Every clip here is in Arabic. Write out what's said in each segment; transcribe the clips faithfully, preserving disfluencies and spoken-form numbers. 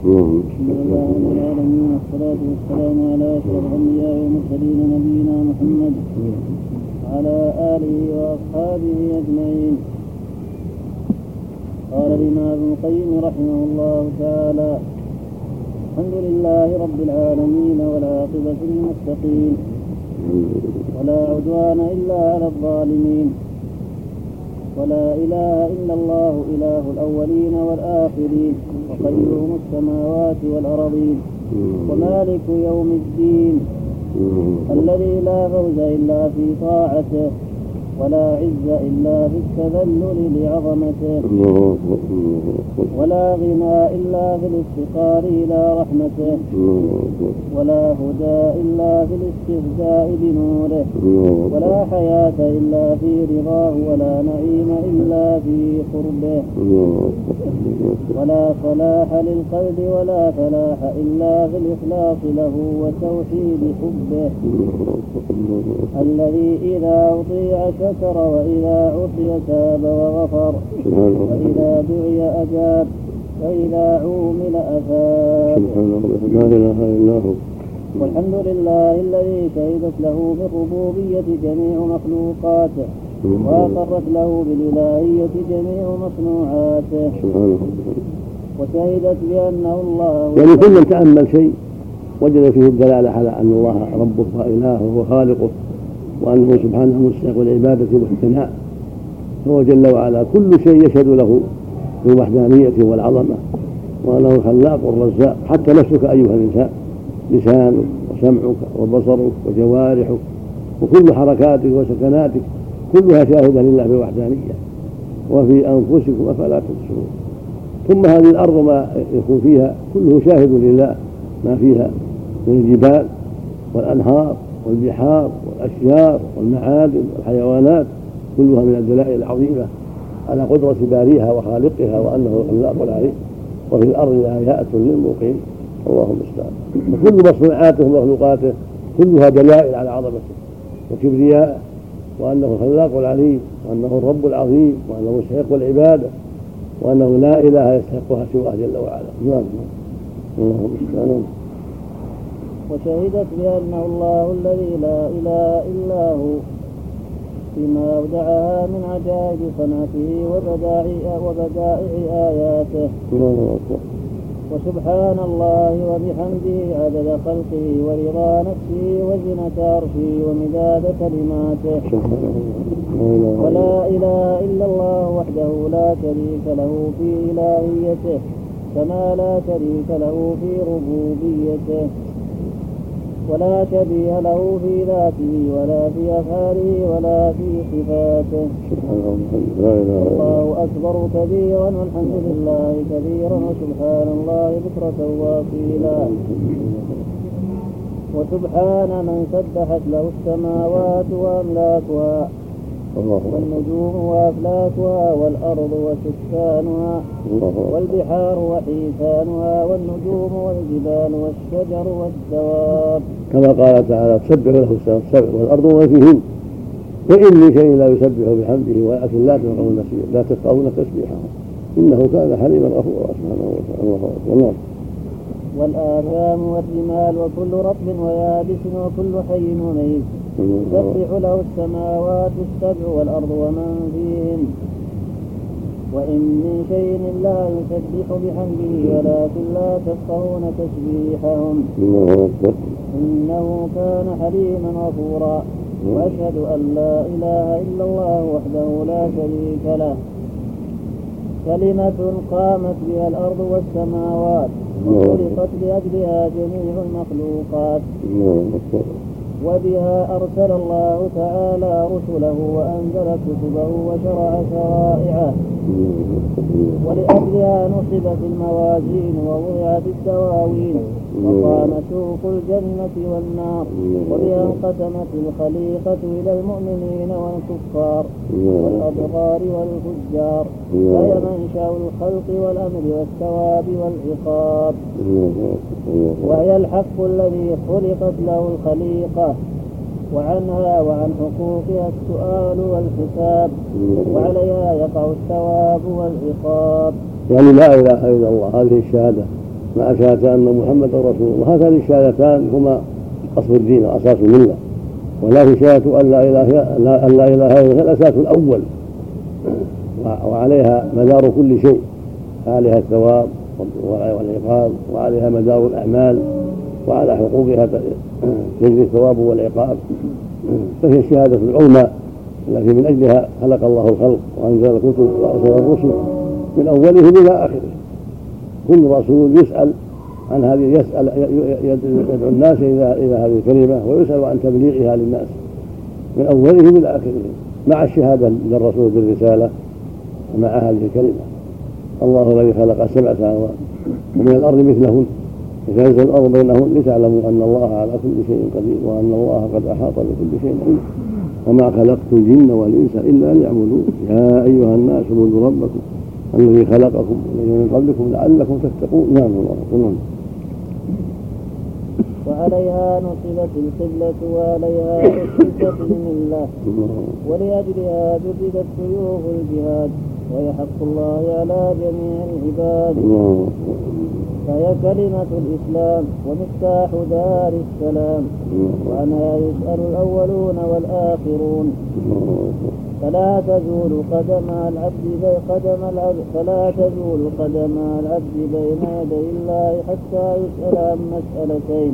بسم الله رب العالمين، والصلاة والسلام على أشرف الأنبياء والمرسلين نبينا محمد وعلى آله وأصحابه أجمعين. قال الإمام ابن القيم رحمه الله تعالى: الحمد لله رب العالمين، والعاقبة للمتقين، ولا عدوان إلا على الظالمين، ولا إله إلا الله إله الأولين والآخرين، وقيوم السماوات والأرضين، ومالك يوم الدين، الذي لا فوز إلا في طاعته، ولا عز إلا في التذلل لعظمته، ولا غنى إلا في الافتقار إلى رحمته، ولا هدى إلا في الاستهزاء بنوره، ولا حياة إلا في رضاه، ولا نعيم إلا في قربه، ولا صلاح للقلب ولا فلاح إلا في الإخلاص له وتوحيد حبه، الذي إذا أطيع شكر، وإذا عصي تاب وغفر، وإذا دعي أجاب، وإذا عومل أثاب. والحمد لله الذي شهدت له بالربوبية جميع مخلوقاته، وأقرت له بالإلهية جميع مصنوعاته، وشهدت بأنه الله. يعني كل من تأمل شيء وجد فيه الدلالة على أن الله ربه وإلهه وخالقه، وأنه سبحانه مستحق العبادة والثناء، فهو جل وعلا كل شيء يشهد له بالوحدانية والعظمة، وأنه الخلاق والرزاق. حتى نفسك أيها الإنسان، لسانك وسمعك وبصرك وجوارحك وكل حركاتك وسكناتك كلها شاهدة لله بالوحدانية، وفي أنفسكم أفلا تبصرون. ثم هذه الأرض ما يكون فيها كله شاهد لله، ما فيها من الجبال والأنهار والبحار والأشجار والمعادن والحيوانات كلها من الدلائل العظيمة على قدرة باريها وخالقها، وأنه الخلاق العليم. وفي الأرض آيات للموقنين، اللهم المستعان. وكل مصنوعاته ومخلوقاته كلها دلائل على عظمته وكبريائه، وأنه الخلاق العليم، وأنه الرب العظيم، وأنه مستحق العبادة، وأنه لا إله يستحقها سواه جل وعلا. نعم، اللهم المستعان. وشهدت بأنه الله الذي لا إله إلا هو فيما أودعها من عجائب صنعته وبدائع آياته. وسبحان الله وبحمده عدد خلقه ورضا نفسه وزنة عرشه ومداد كلماته. ولا إله إلا الله وحده لا شريك له في إلهيته، كما لا شريك له في ربوبيته، ولا شبيه له في ذاته ولا في أفعاله ولا في صفاته. الله أكبر كبيرا، والحمد لله كبيرا، وسبحان الله بكرة وأصيلا. وسبحان من سبحت له السماوات وأملاكها، والنجوم وأفلاكها، والأرض وسكانها، والبحار وحيتانها، والنجوم والجبال والشجر والدواب، كما قال تعالى: تسبح له السماوات السبع والأرض ومن فيهن، وإن من شيء لا يسبح بحمده ولكن لا تفقهون لا تفقهون تسبيحهم، إنه كان حليما غفورا سبحانه وتعالى. والآثام والرمال وكل رطب ويابس وكل حي وميت، تسبح له السماوات السبع والأرض ومن فيهن، وإن من شيء لا يسبح بحمده ولكن لا تفقهون تسبيحهم، إنه كان حليما غفورا. وأشهد أن لا إله إلا الله وحده لا شريك له، كلمة قامت بها الأرض والسماوات، وخلقت لأجلها جميع المخلوقات، وبها أرسل الله تعالى رسله وأنزل كتبه وشرع شرائعه، ولأجلها نصبت الموازين ووضعت الدواوين، وقامت سوق الجنة والنار، وبها انقسمت الخليقة إلى المؤمنين والكفار والأبرار والفجار، فهي منشأ الخلق والأمر والثواب والعقاب، وهي الحق الذي خلقت له الخليقة، وعنها وعن حقوقها السؤال والحساب، وعليها يقع الثواب والعقاب. يعني لا إله إلا الله، هذه الشهادة مع شهادة أن محمدا رسول الله. هاتان الشهادتان هما أصل الدين وأساس الملة، ولكن شهادة أن لا إله أن لا إله إلا الله الأساس الأول، وعليها مدار كل شيء، عليها الثواب والعقاب، وعليها مدار الأعمال، وعلى حقوقها يجري الثواب والعقاب. فهي الشهادة العظمى التي من أجلها خلق الله الخلق وأنزل الكتب وأرسل الرسل من أولهم إلى آخره. كل رسول يسأل عن هذه، يسأل يدعو الناس إلى هذه الكلمة، ويسأل عن تبليغها للناس من أولهم إلى آخره، مع الشهادة للرسول بالرسالة ومع هذه الكلمة. الله الذي خلق سبع سماوات ومن الأرض مثلهن يتنزل الأرض بينهن لتعلموا أن الله على كل شيء قدير وأن الله قد أحاط بكل شيء علما وما خلقت الجن والإنس إلا ليعبدون يا أيها الناس اعبدوا ربكم الذي خلقكم من قبلكم لعلكم تتقون. نعم الله. وعليها نصبت القبلة وعليها أسست الملة ولأجلها جددت سيوف الجهاد وهي حق الله على جميع العباد. فهي كلمة الإسلام ومفتاح دار السلام، وعنها يسأل الأولون والآخرون. فلا تزول قدم العبد قدم العبد فلا تزول قدم العبد بين يدي الله حتى يسأل عن مسألتين: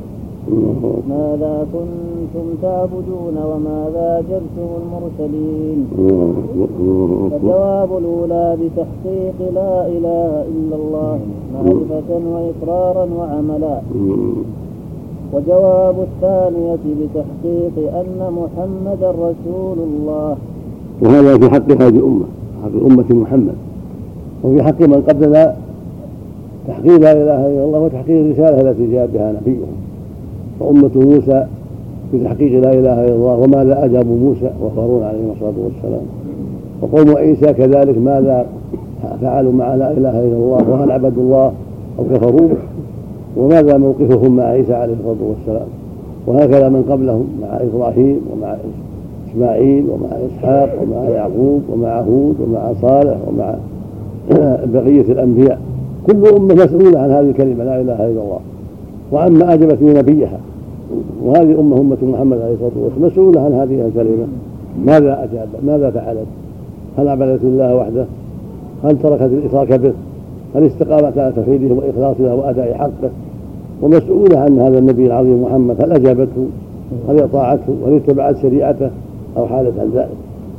ماذا كنتم تعبدون وماذا أجبتم المرسلين؟ فالجواب الأولى بتحقيق لا إله إلا الله معرفة وإقرارا وعملا، وجواب الثانية بتحقيق أن محمدا رسول الله. وهذا في حق هذه الأمة، حق أمة محمد، وفي حق من قبلنا تحقيق لا إله إلا الله وتحقيق الرسالة التي جاء بها نبيهم. فأمة موسى بتحقيق لا إله إلا الله وماذا أجابوا موسى وهارون عليهم الصلاة والسلام، وقوم عيسى كذلك ماذا فعلوا مع لا إله إلا الله وهل عبدوا الله أو كفروا به، وماذا موقفهم مع عيسى عليه الصلاة والسلام. وهكذا من قبلهم مع إبراهيم ومع إسماعيل ومع إسحاق ومع يعقوب ومع هود ومع صالح ومع بقية الأنبياء. كل أمة مسؤولة عن هذه الكلمة لا إله إلا الله وعما أجبت به نبيها. وهذه أمة أمة محمد عليه الصلاة والسلام مسؤولة عن هذه الكلمة، ماذا أجاب، ماذا فعلت، هل عبدت الله وحده، هل تركت الإشراك به، هل استقامت على توحيده وإخلاصه وأداء حقه. ومسؤولة عن هذا النبي العظيم محمد، هل أجابته، هل أطاعته، هل اتبعت شريعته أو حالت عن ذلك.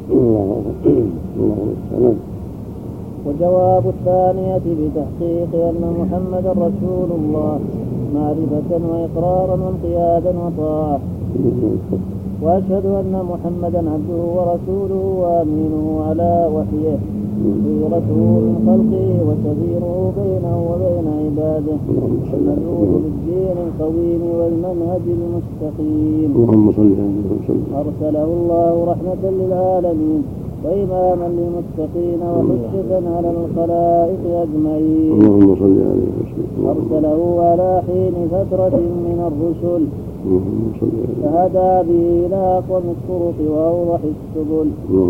وجواب الثانية بتحقيق أن محمدا رسول الله معرفة وإقرارا وانقيادا وطاعة. وأشهد أن محمدا عبده ورسوله وأمينه على وحيه، خيرته من خلقه وسفيره بينه وبين عباده، المبعوث بالدين القويم والمنهج المستقيم. أرسله الله رحمة للعالمين وإماما للمتقين وحجة على الخلائق أجمعين. اللهم صل عليه وسلم. أرسله على حين فترة من الرسل فهدى به إلى أقوم الطرق وأوضح السبل،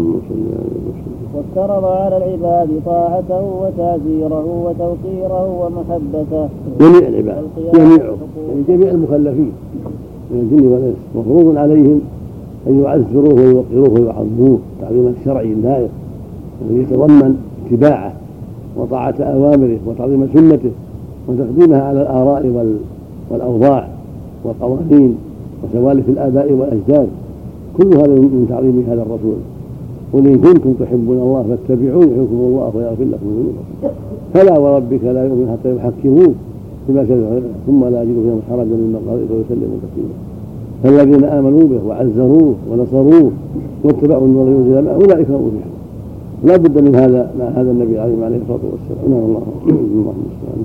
وافترض على العباد طاعته وتعزيره وتوقيره ومحبته. جميع العباد جميعهم جميع المكلفين من الجن والإنس مفروض عليهم أن يعزروه ويوقروه ويعظموه تعظيما شرعي دائر الذي يتضمن اتباعه وطاعة أوامره وتعظيم سنته وتقديمها على الآراء والأوضاع والقوانين وسوالف الآباء والأجداد. كل هذا من تعظيم هذا الرسول. قل إن كنتم تحبون الله فاتبعوني يحببكم الله ويغفر لكم ذنوبكم. فلا وربك لا يؤمن حتى يحكموه فيما شرع ثم لا يجدوا فيهم حرجا مما قضيت ويسلموا تسليما. فالذين آمنوا به وعزروه ونصروه واتبعوا النور ينزل معه أولئك هم المفلحون. لا بد من هذا مع هذا النبي عليه الصلاة والسلام. نعم الله اللهم صل.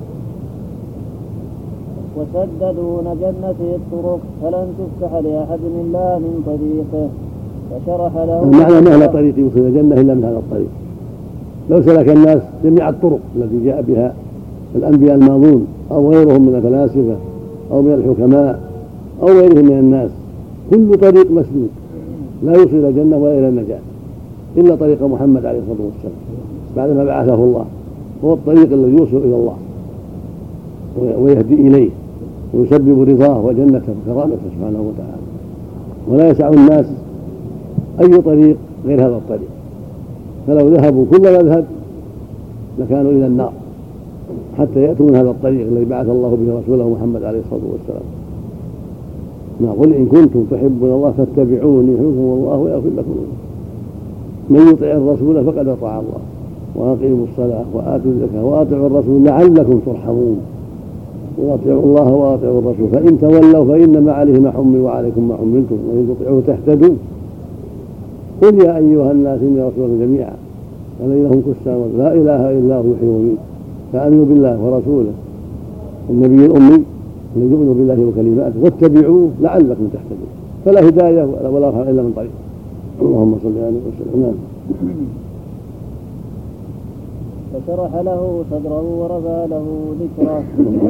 وسددون جنته الطرق فلن تفتح لأحد إلا من طريقه فشرح له. المعنى ما لا طريق يوصل الجنة إلا من هذا الطريق. لو سلك الناس جميع الطرق التي جاء بها الأنبياء الماضون أو غيرهم من الفلاسفة أو من الحكماء أو غيرهم من الناس، كل طريق مسلوك لا يوصل إلى الجنة ولا إلى النجاة إلا طريق محمد عليه الصلاة والسلام بعدما بعثه الله، هو الطريق الذي يوصل إلى الله. ويهدي إليه ويسبب رضاه وجنته وكرامته سبحانه وتعالى. ولا يسع الناس أي طريق غير هذا الطريق، فلو ذهبوا كل مذهب لكانوا إلى النار حتى يأتوا من هذا الطريق الذي بعث الله به رسوله محمد عليه الصلاة والسلام. قل إن كنتم تحبون الله فاتبعوني يحببكم الله ويغفر لكم. من يطع الرسول فقد أطاع الله، وأقيموا الصلاة وآتوا الزكاة وأطيعوا الرسول لعلكم ترحمون. وأطيعوا الله وأطيعوا الرسول فإن تولوا فإنما عليه ما حمل وعليكم ما حملتم وإن تطيعوه تهتدوا. قل يا أيها الناس إني رسولكم جميعا الذي له ملك السماوات لا إله إلا هو يحيي ويميت فآمنوا بالله ورسوله النبي الأمي الذي يؤمن بالله وكلماته واتبعوه لعلكم تهتدون. فلا هداية ولا رحمة إلا من طريق. اللهم صل على وسلم. فشرح له صدره ورفع له ذكره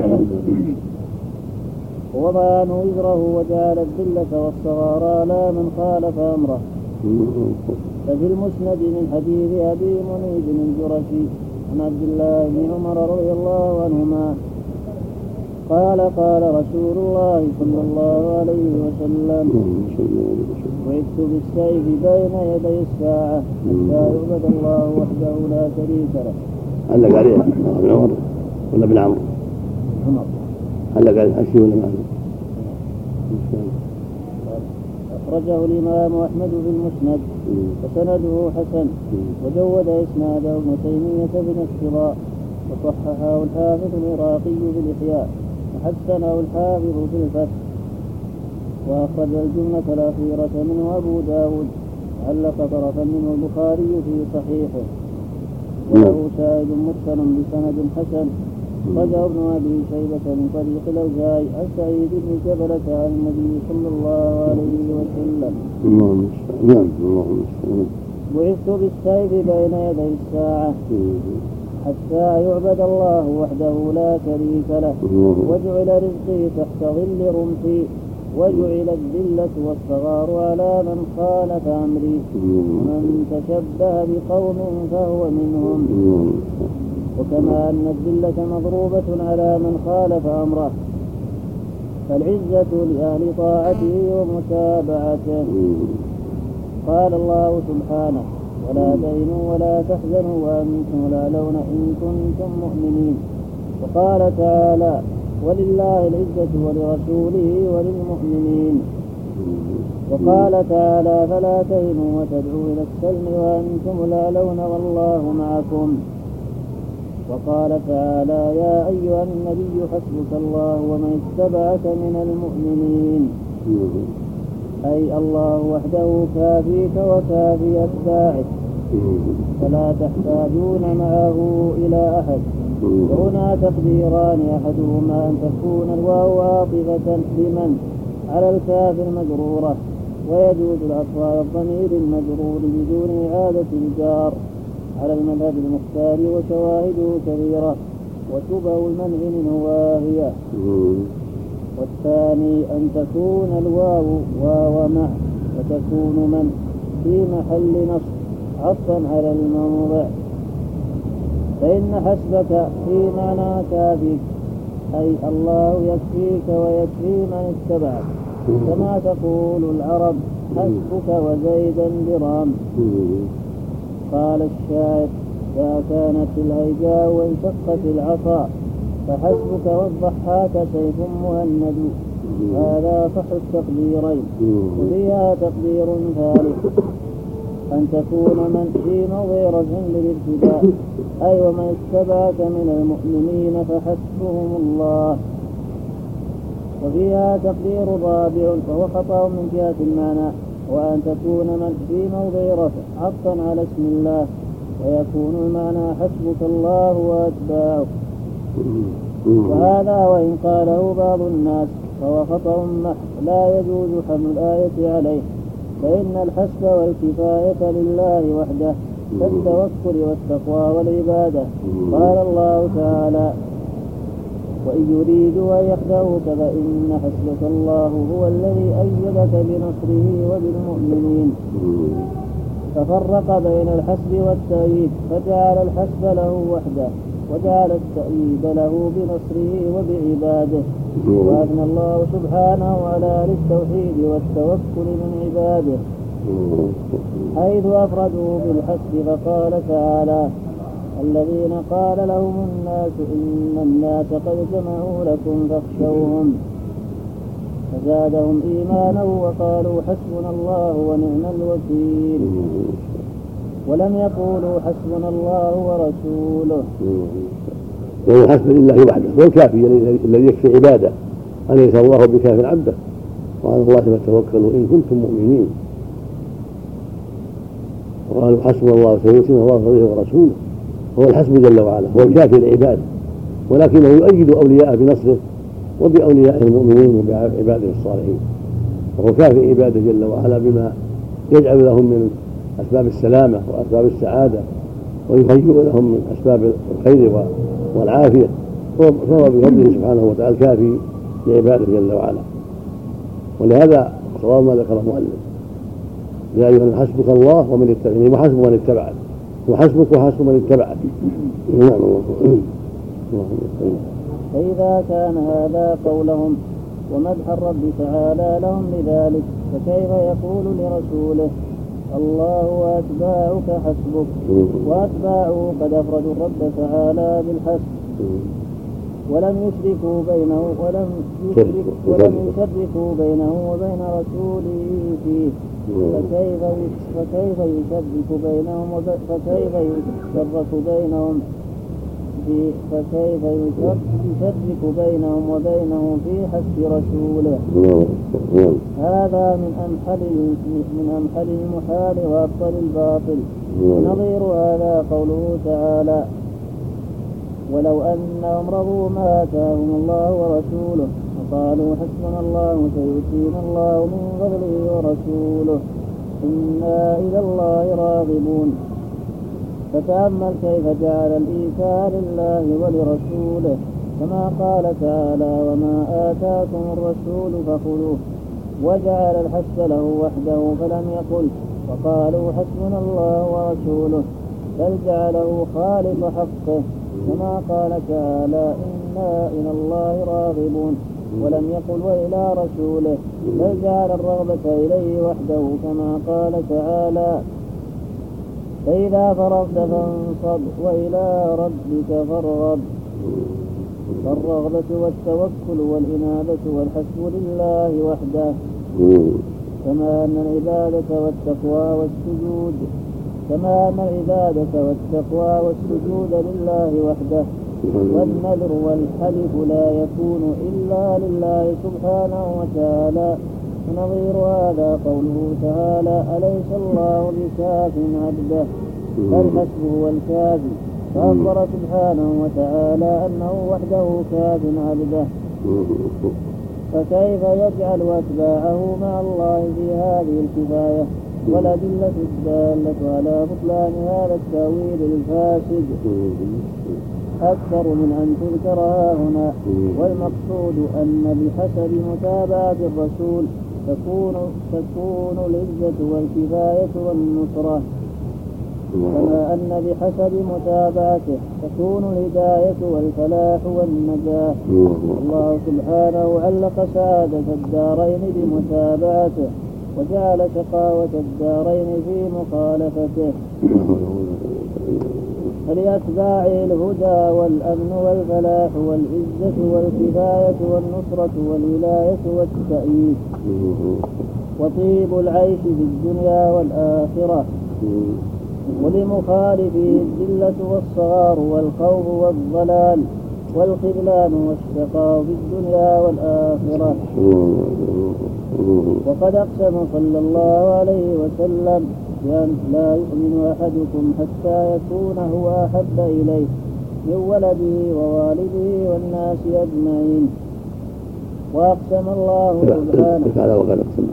ووضع عنه وزره وجعل الذلة والصغار على من خالف أمره. ففي المسند من حديث أبي منيب الجرشي عن عبد الله بن عمر رضي الله عنهما قال قال رسول الله صلى الله عليه وسلم بعثت بالسيف بين يدي الساعة حتى يعبد الله وحده لا شريك له. علق عليها بن عمر ولا بن عمرو؟ عمر. علق عليها أشي ولا معه؟ أخرجه الإمام أحمد في المسند وسنده حسن وجود إسناده ابن تيمية بنفس وصححه الحافظ العراقي في الإحياء وحسنه الحافظ في الفتح. وأخرج الجملة الأخيرة منه أبو داود علق طرفا منه البخاري في صحيحه وله شاهد مرسل بسند حسن. رجع ابن أبي شيبة من طريق الأوزاعي عن سعيد بن جبلة عن النبي صلى الله عليه وسلم بعثت بالسيف بين يدي الساعة حتى يعبد الله وحده لا شريك له وجعل رزقي تحت ظل رمحي وجعل الذلة والصغار على من خالف أمري ومن تشبه بقوم فهو منهم. وكما أن الذلة مضروبة على من خالف أمره فالعزة لأهل طاعته ومتابعته. قال الله سبحانه ولا تهنوا ولا تحزنوا وأنتم الأعلون إن كنتم مؤمنين. وقال تعالى ولله العزة ولرسوله وللمؤمنين. وقال تعالى فلا تهنوا وتدعوا إلى السلم وأنتم الأعلون والله معكم. وقال تعالى يا أيها النبي حسبك الله ومن اتبعك من المؤمنين أي الله وحده كافيك وكافي أتباعك فلا تحتاجون معه إلى أحد. وهنا تقديران أحدهما أن تكون الواو عاطفة بمن على الكاف المجرورة ويجوز العطف على الضمير المجرور بدون إعادة الجار على المذهب المختار وشواهده كثيرة وشبه المنع منه واهية. والثاني أن تكون الواو واو مع وتكون من في محل نصب عطفا على الموضع. فإن حسبك في معنى كافيك أي الله يكفيك ويكفي من اتبعك كما تقول العرب حسبك وزيدا درام. قال الشاعر إذا كانت الهيجاء وانشقت العصا فحسبك والضحاك سيف مهند. هذا صح التقديرين. وفيها تقدير ثالث أن تكون من في موضع رجع للابتداء أي ومن اتبعك من المؤمنين فحسبهم الله. وفيها تقدير رابع وهو خطأ من جهة المعنى وأن تكون من في موضع رفع عطفا على اسم الله ويكون المعنى حسبك الله وأتباعه. وهذا وإن قاله بعض الناس فهو خطأ محض لا يجوز حمل الآية عليه فإن الحسب والكفاية لله وحده كالتوكل والتقوى والعبادة. قال الله تعالى وإن يريدوا أن يخدعوك فإن حسبك الله هو الذي أيدك بنصره وبالمؤمنين. ففرق بين الحسب والتأييد فجعل الحسب له وحده وجعل التأييد له بنصره وبعباده. وأثنى الله سبحانه على أهل التوحيد والتوكل من عباده حيث أفردوا بالحسب فقال تعالى: الذين قال لهم الناس إن الناس قد جمعوا لكم فاخشوهم فزادهم إيمانا وقالوا حسبنا الله ونعم الوكيل. ولم يقولوا حسبنا الله ورسوله. وهو حسب لله وحده هو الكافي الذي يكفي عباده، أليس الله بكاف عبده؟ وعلى الله فتوكلوا إن كنتم مؤمنين. وقالوا حسبنا الله سيؤتينا الله فضله ورسوله. هو الحسب جل وعلا، هو الكافي لعباده، ولكنه يؤيد أولياءه بنصره وبأولياء المؤمنين وبعباده الصالحين. وهو كافي عباده جل وعلا بما يجعل لهم من أسباب السلامة وأسباب السعادة ويهيئ لهم من أسباب الخير والعافية، فهو بفضله سبحانه وتعالى كافي لعباده جل وعلا. ولهذا صواب ما ذكر المؤلف: يا أيها حسبك الله ومن اتبعني، وحسب من اتبعك، وحسبك وحسب من اتبعك. نعم. فإذا كان هذا قولهم ومدح الرب تعالى لهم لذلك، فكيف يقول لرسوله: الله وأتباعك حسبك؟ وأتباعه قد أفردوا الرب تعالى بالحسب ولم يشركوا بينه ولم يشركوا ولم يشركوا بينه وبين رسوله فيه، فكيف فكيف يشرك بينهم فكيف يشرك بينهم في فكيف يشرك بينهم وبينه في حسب رسوله؟ هذا من أمحل من أمحل المحال وأبطل الباطل. نظير هذا قوله تعالى: ولو أنهم رضوا ما آتاهم الله ورسوله وقالوا حسبنا الله سيؤتينا الله من فضله ورسوله إنا إلى الله راغبون. فتأمل كيف جعل الإيثار لله ولرسوله، كما قال تعالى: وما آتاكم الرسول فخذوه، وجعل الحث له وحده فلم يقل وقالوا حسبنا الله ورسوله، بل جعله خالص حقه، كما قال تعالى: إنا إلى الله راغبون، ولم يقل وإلى رسوله، بل جعل الرغبة إليه وحده، كما قال تعالى: فإذا فرغت فانصب وإلى ربك فارغب. فالرغبة والتوكل والإنابة والحسب لله وحده، كما أن العبادة والتقوى والسجود كما أن العبادة والتقوى والسجود لله وحده، والنذر والحلف لا يكون إلا لله سبحانه وتعالى. ونظير هذا قوله تعالى: أليس الله بكاف عبده؟ بل حسبه الكافي. فأخبر سبحانه وتعالى أنه وحده كاف عبده، فكيف يجعل أتباعه مع الله في هذه الكفاية؟ والأدلة الدالة على بطلان هذا التأويل الفاسد أكثر من أن تذكرها هنا. والمقصود أن بحسب متابعة الرسول تكون تكون العزة والكفاية والنصرة، كما أن بحسب متابعته تكون الهداية والفلاح والنجاة. الله سبحانه علق سعادة الدارين بمتابعته، وجعل شقاوة الدارين في مخالفته. فلأتباع الهدى والأمن والفلاح والعزة والكفاية والنصرة والولاية والتأييد وطيب العيش في الدنيا والآخرة. ولمخالفه الذلة والصغار والخوف والضلال والخذلان والشقاء في الدنيا والآخرة. وقد أقسم صلى الله عليه وسلم بأن لا يؤمن أحدكم حتى يكون هو أحب إليه من ولده ووالده والناس أجمعين. وأقسم الله سبحانه وقد أقسم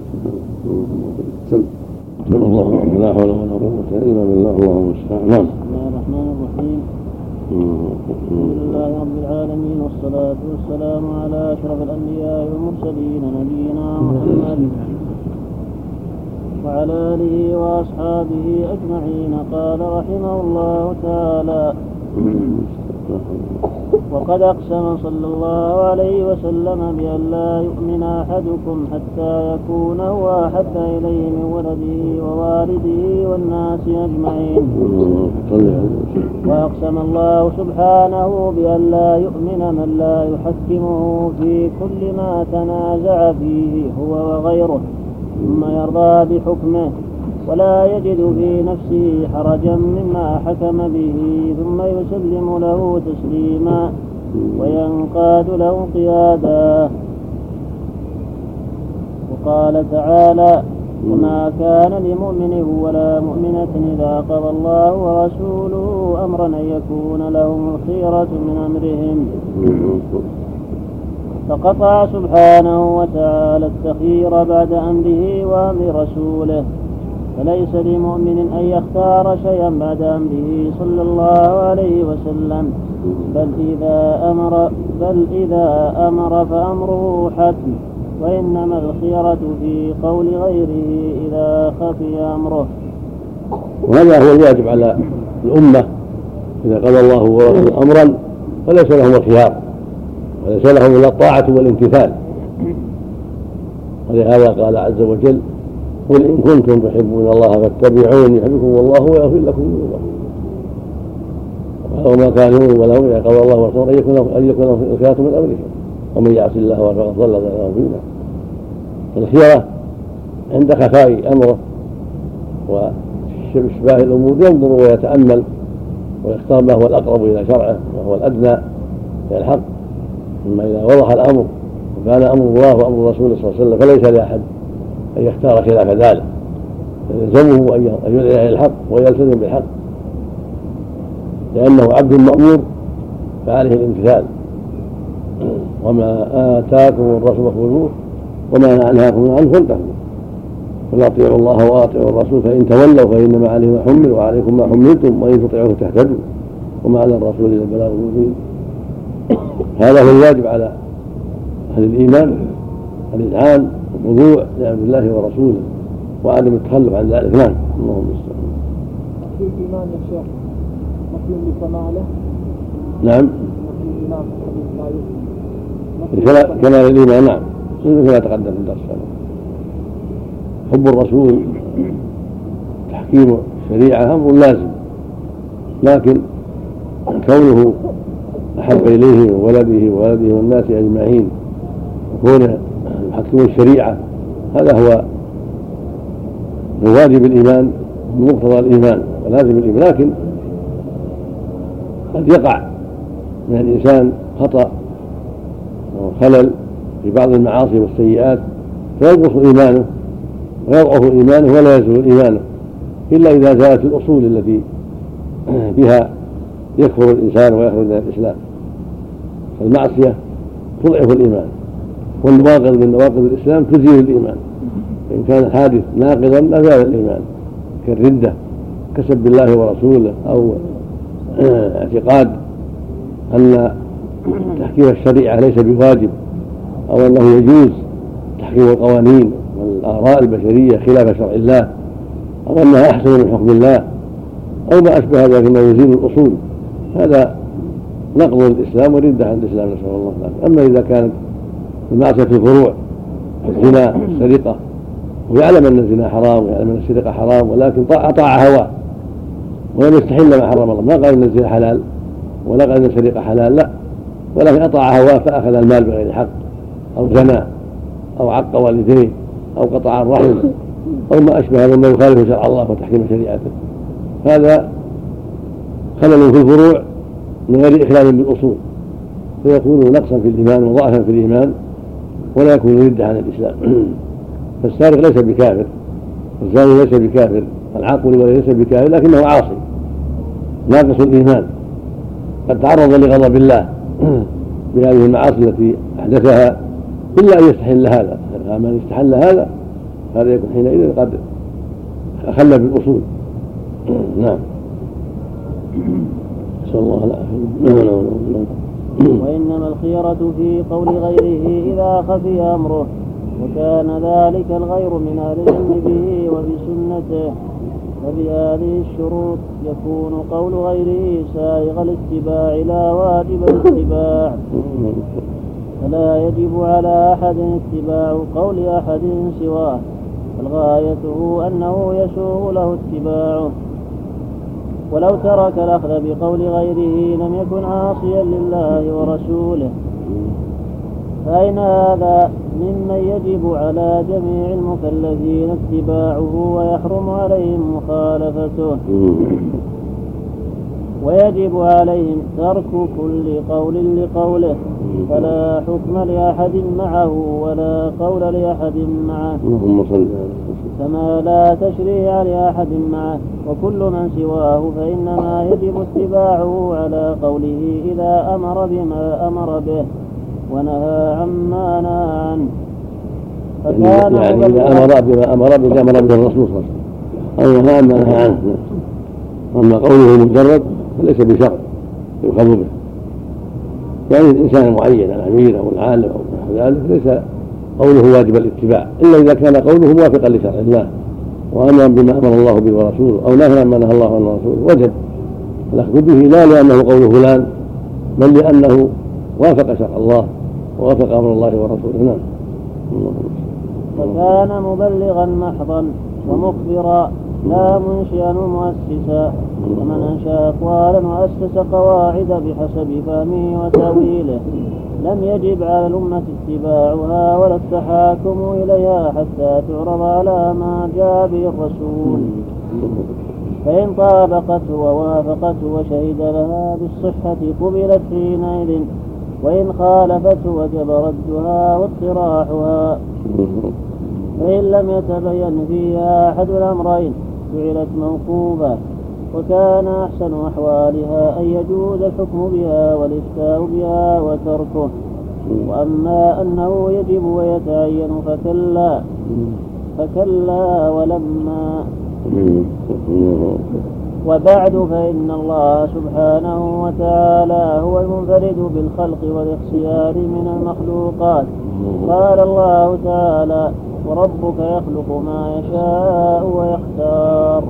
الله لا حول ولا قوة إلا بالله اللهم المستعان. بسم الله الرحمن الرحيم. الحمد لله رب العالمين، والصلاة والسلام على أشرف الأنبياء والمرسلين نبينا محمد وعلى آله وأصحابه أجمعين. قال رحمه الله تعالى: وقد أقسم صلى الله عليه وسلم بأن لا يؤمن أحدكم حتى يكون هو أحب إليه من ولده ووالده والناس أجمعين. وأقسم الله سبحانه بأن لا يؤمن من لا يحكمه في كل ما تنازع فيه هو وغيره ثم يرضى بحكمه ولا يجد في نفسه حرجا مما حكم به ثم يسلم له تسليما وينقاد له انقيادا. وقال تعالى: وما كان لمؤمن ولا مؤمنة إذا قضى الله ورسوله أمرا أن يكون لهم الخيرة من أمرهم. فقطع سبحانه وتعالى التخيير بعد أمره وأمر رسوله، فليس لمؤمن أن يختار شيئا بعد أمره صلى الله عليه وسلم، بل إذا أمر, بل إذا أمر فأمره حتم، وإنما الخيرة في قول غيره إذا خفي أمره. وهذا هو الواجب على الأمة إذا قضى الله ورسوله أمرا فليس لهم الخيار وليس لهم إلا الطاعة والامتثال. ولهذا قال عز وجل: قل إن كنتم تحبون الله فاتبعوني يحببكم الله ويغفر لكم ذنوبكم. وما كان ولهم إذا قضى الله ورسوله أن يكون لهم الخيرة من أمرهم ومن يعص الله ورسوله ضل ضلالا مبينا. الخيرة عند خفاء أمره وإشباه الأمور ينظر ويتأمل ويختار ما هو الأقرب إلى شرعه وهو الأدنى إلى الحق. ثم إذا وضح الأمر وكان أمر الله وأمر رسوله صلى الله عليه وسلم فليس لأحد أن يختار خلاف ذلك، يلزمه أن يدعي إلى الحق ويلتزم بالحق، لأنه عبد مأمور فعليه الامتثال. وما آتاكم الرسول فخذوه وما نهاكم عنه فانتهوا قل أطيعوا الله وأطيعوا الرسول فإن تولوا فإنما عليه ما حمل وعليكم ما حملتم وإن تطيعوه تهتدوا وما على الرسول إلا البلاغ المبين. هذا هو الواجب على أهل الإيمان: الإذعان والخضوع لأمر الله ورسوله وعدم التخلف عن ذلك. نعم. اللهم المستعان. في الإيمان يا شيخ مفهوم لكماله؟ نعم. كمال الإيمان نعم كما تقدم في الدرس. حب الرسول تحكيم الشريعة أمر لازم، لكن كونه أحب إليه وولده وولده والناس أجمعين وكونه يحكم الشريعة هذا هو واجب الإيمان بمقتضى الإيمان ولازم الإيمان. لكن قد يقع من الإنسان خطأ وخلل في بعض المعاصي والسيئات فينقص إيمانه ويضعف إيمانه ولا يزول إيمانه إلا إذا زالت الأصول التي بها يكفر الإنسان ويخرج من الإسلام. فالمعصية تضعف الإيمان والنواقض من نواقض الإسلام تزيل الإيمان. إن كان الحادث ناقضا لا زال الإيمان كالردة كسب بالله ورسوله أو اعتقاد أن تحكيم الشريعة ليس بواجب أو أنه يجوز تحكيم القوانين والآراء البشرية خلاف شرع الله أو أنها أحسن من حكم الله أو ما أشبه ذلك ما يزيل الأصول. هذا نقض الإسلام وردة عن الإسلام نسأل الله العافية. أما إذا كانت المعصية في الفروع الزنا السرقة ويعلم أن الزنا حرام ويعلم أن السرقة حرام ولكن أطاع هواه ولم يستحل ما حرم الله، ما قال أن الزنا حلال ولا قال أن السرقة حلال، لا، ولكن أطاع هواه فأخذ المال بغير حق أو زنى أو عق والديه أو قطع الرحم أو ما أشبه مما يخالف شرع الله وتحكيم شريعته. هذا خلل في الفروع من غير إخلال بالأصول فيكون نقصا في الإيمان وضعفا في الإيمان ولا يكون ردة عن الإسلام. فالسارق ليس بكافر والزاني ليس بكافر العاقل ليس بكافر لكنه عاصي ناقص الإيمان قد تعرض لغضب الله بهذه المعاصي التي أحدثها إلا أن يستحل هذا. من استحل هذا هذا يكون حينئذ قد أخل بالأصول. نعم. نسأل الله العافية. وإنما الخيرة في قول غيره إذا خفي أمره وكان ذلك الغير من أهل العلم به وبسنته فبهذه الشروط يكون قول غيره سائغ الاتباع لا واجب الاتباع، فلا يجب على أحد اتباع قول أحد سواه، فالغايته أنه يسوغ له اتباعه. ولو ترك الأخذ بقول غيره لم يكن عاصيا لله ورسوله، فأين هذا ممن يجب على جميع المكلفين اتباعه ويحرم عليهم مخالفته، ويجب عليهم ترك كل قول لقوله، فلا حكم لأحد معه ولا قول لأحد معه، كما لا تشريع لأحد معه. وكل من سواه فإنما يجب اتباعه على قوله إذا أمر بما أمر به ونهى عما نهى عنه. فكان يعني إذا أمر بما أمر به أمر به الرسول صلى الله عليه وسلم أو نهى عما نهى عنه. أما قوله مجرد فليس بشرط يؤخذ به، يعني الإنسان المعين الأمير أو العالم أو نحو ذلك ليس قوله واجب الاتباع إلا إذا كان قوله موافقا لشرع الله وأمرا بما أمر الله به ورسوله أو نهى عما نهى الله عنه ورسوله، وجب الأخذ به لا لأنه قول فلان بل لأنه وافق شرع الله ووافق أمر الله ورسوله. نعم. فكان مبلغا محضا ومخبرا لا منشئا ومؤسسا، ومن أنشأ أقوالا وأسس قواعد بحسب فهمه وتأويله لم يجب على الأمة اتباعها ولا التحاكم إليها حتى تعرض على ما جاء به الرسول، فإن طابقته ووافقته وشهد لها بالصحة قبلت حينئذ، وإن خالفته وجب ردها واطراحها، فإن لم يتبين فيها أحد الأمرين جعلت موقوفة، وكان أحسن أحوالها أن يجوز الحكم بها والإفتاء بها وتركه، وأما أنه يجب ويتعين فكلا فكلا ولما. وبعد فإن الله سبحانه وتعالى هو المنفرد بالخلق والاختيار من المخلوقات. قال الله تعالى: وربك يخلق ما يشاء ويختار.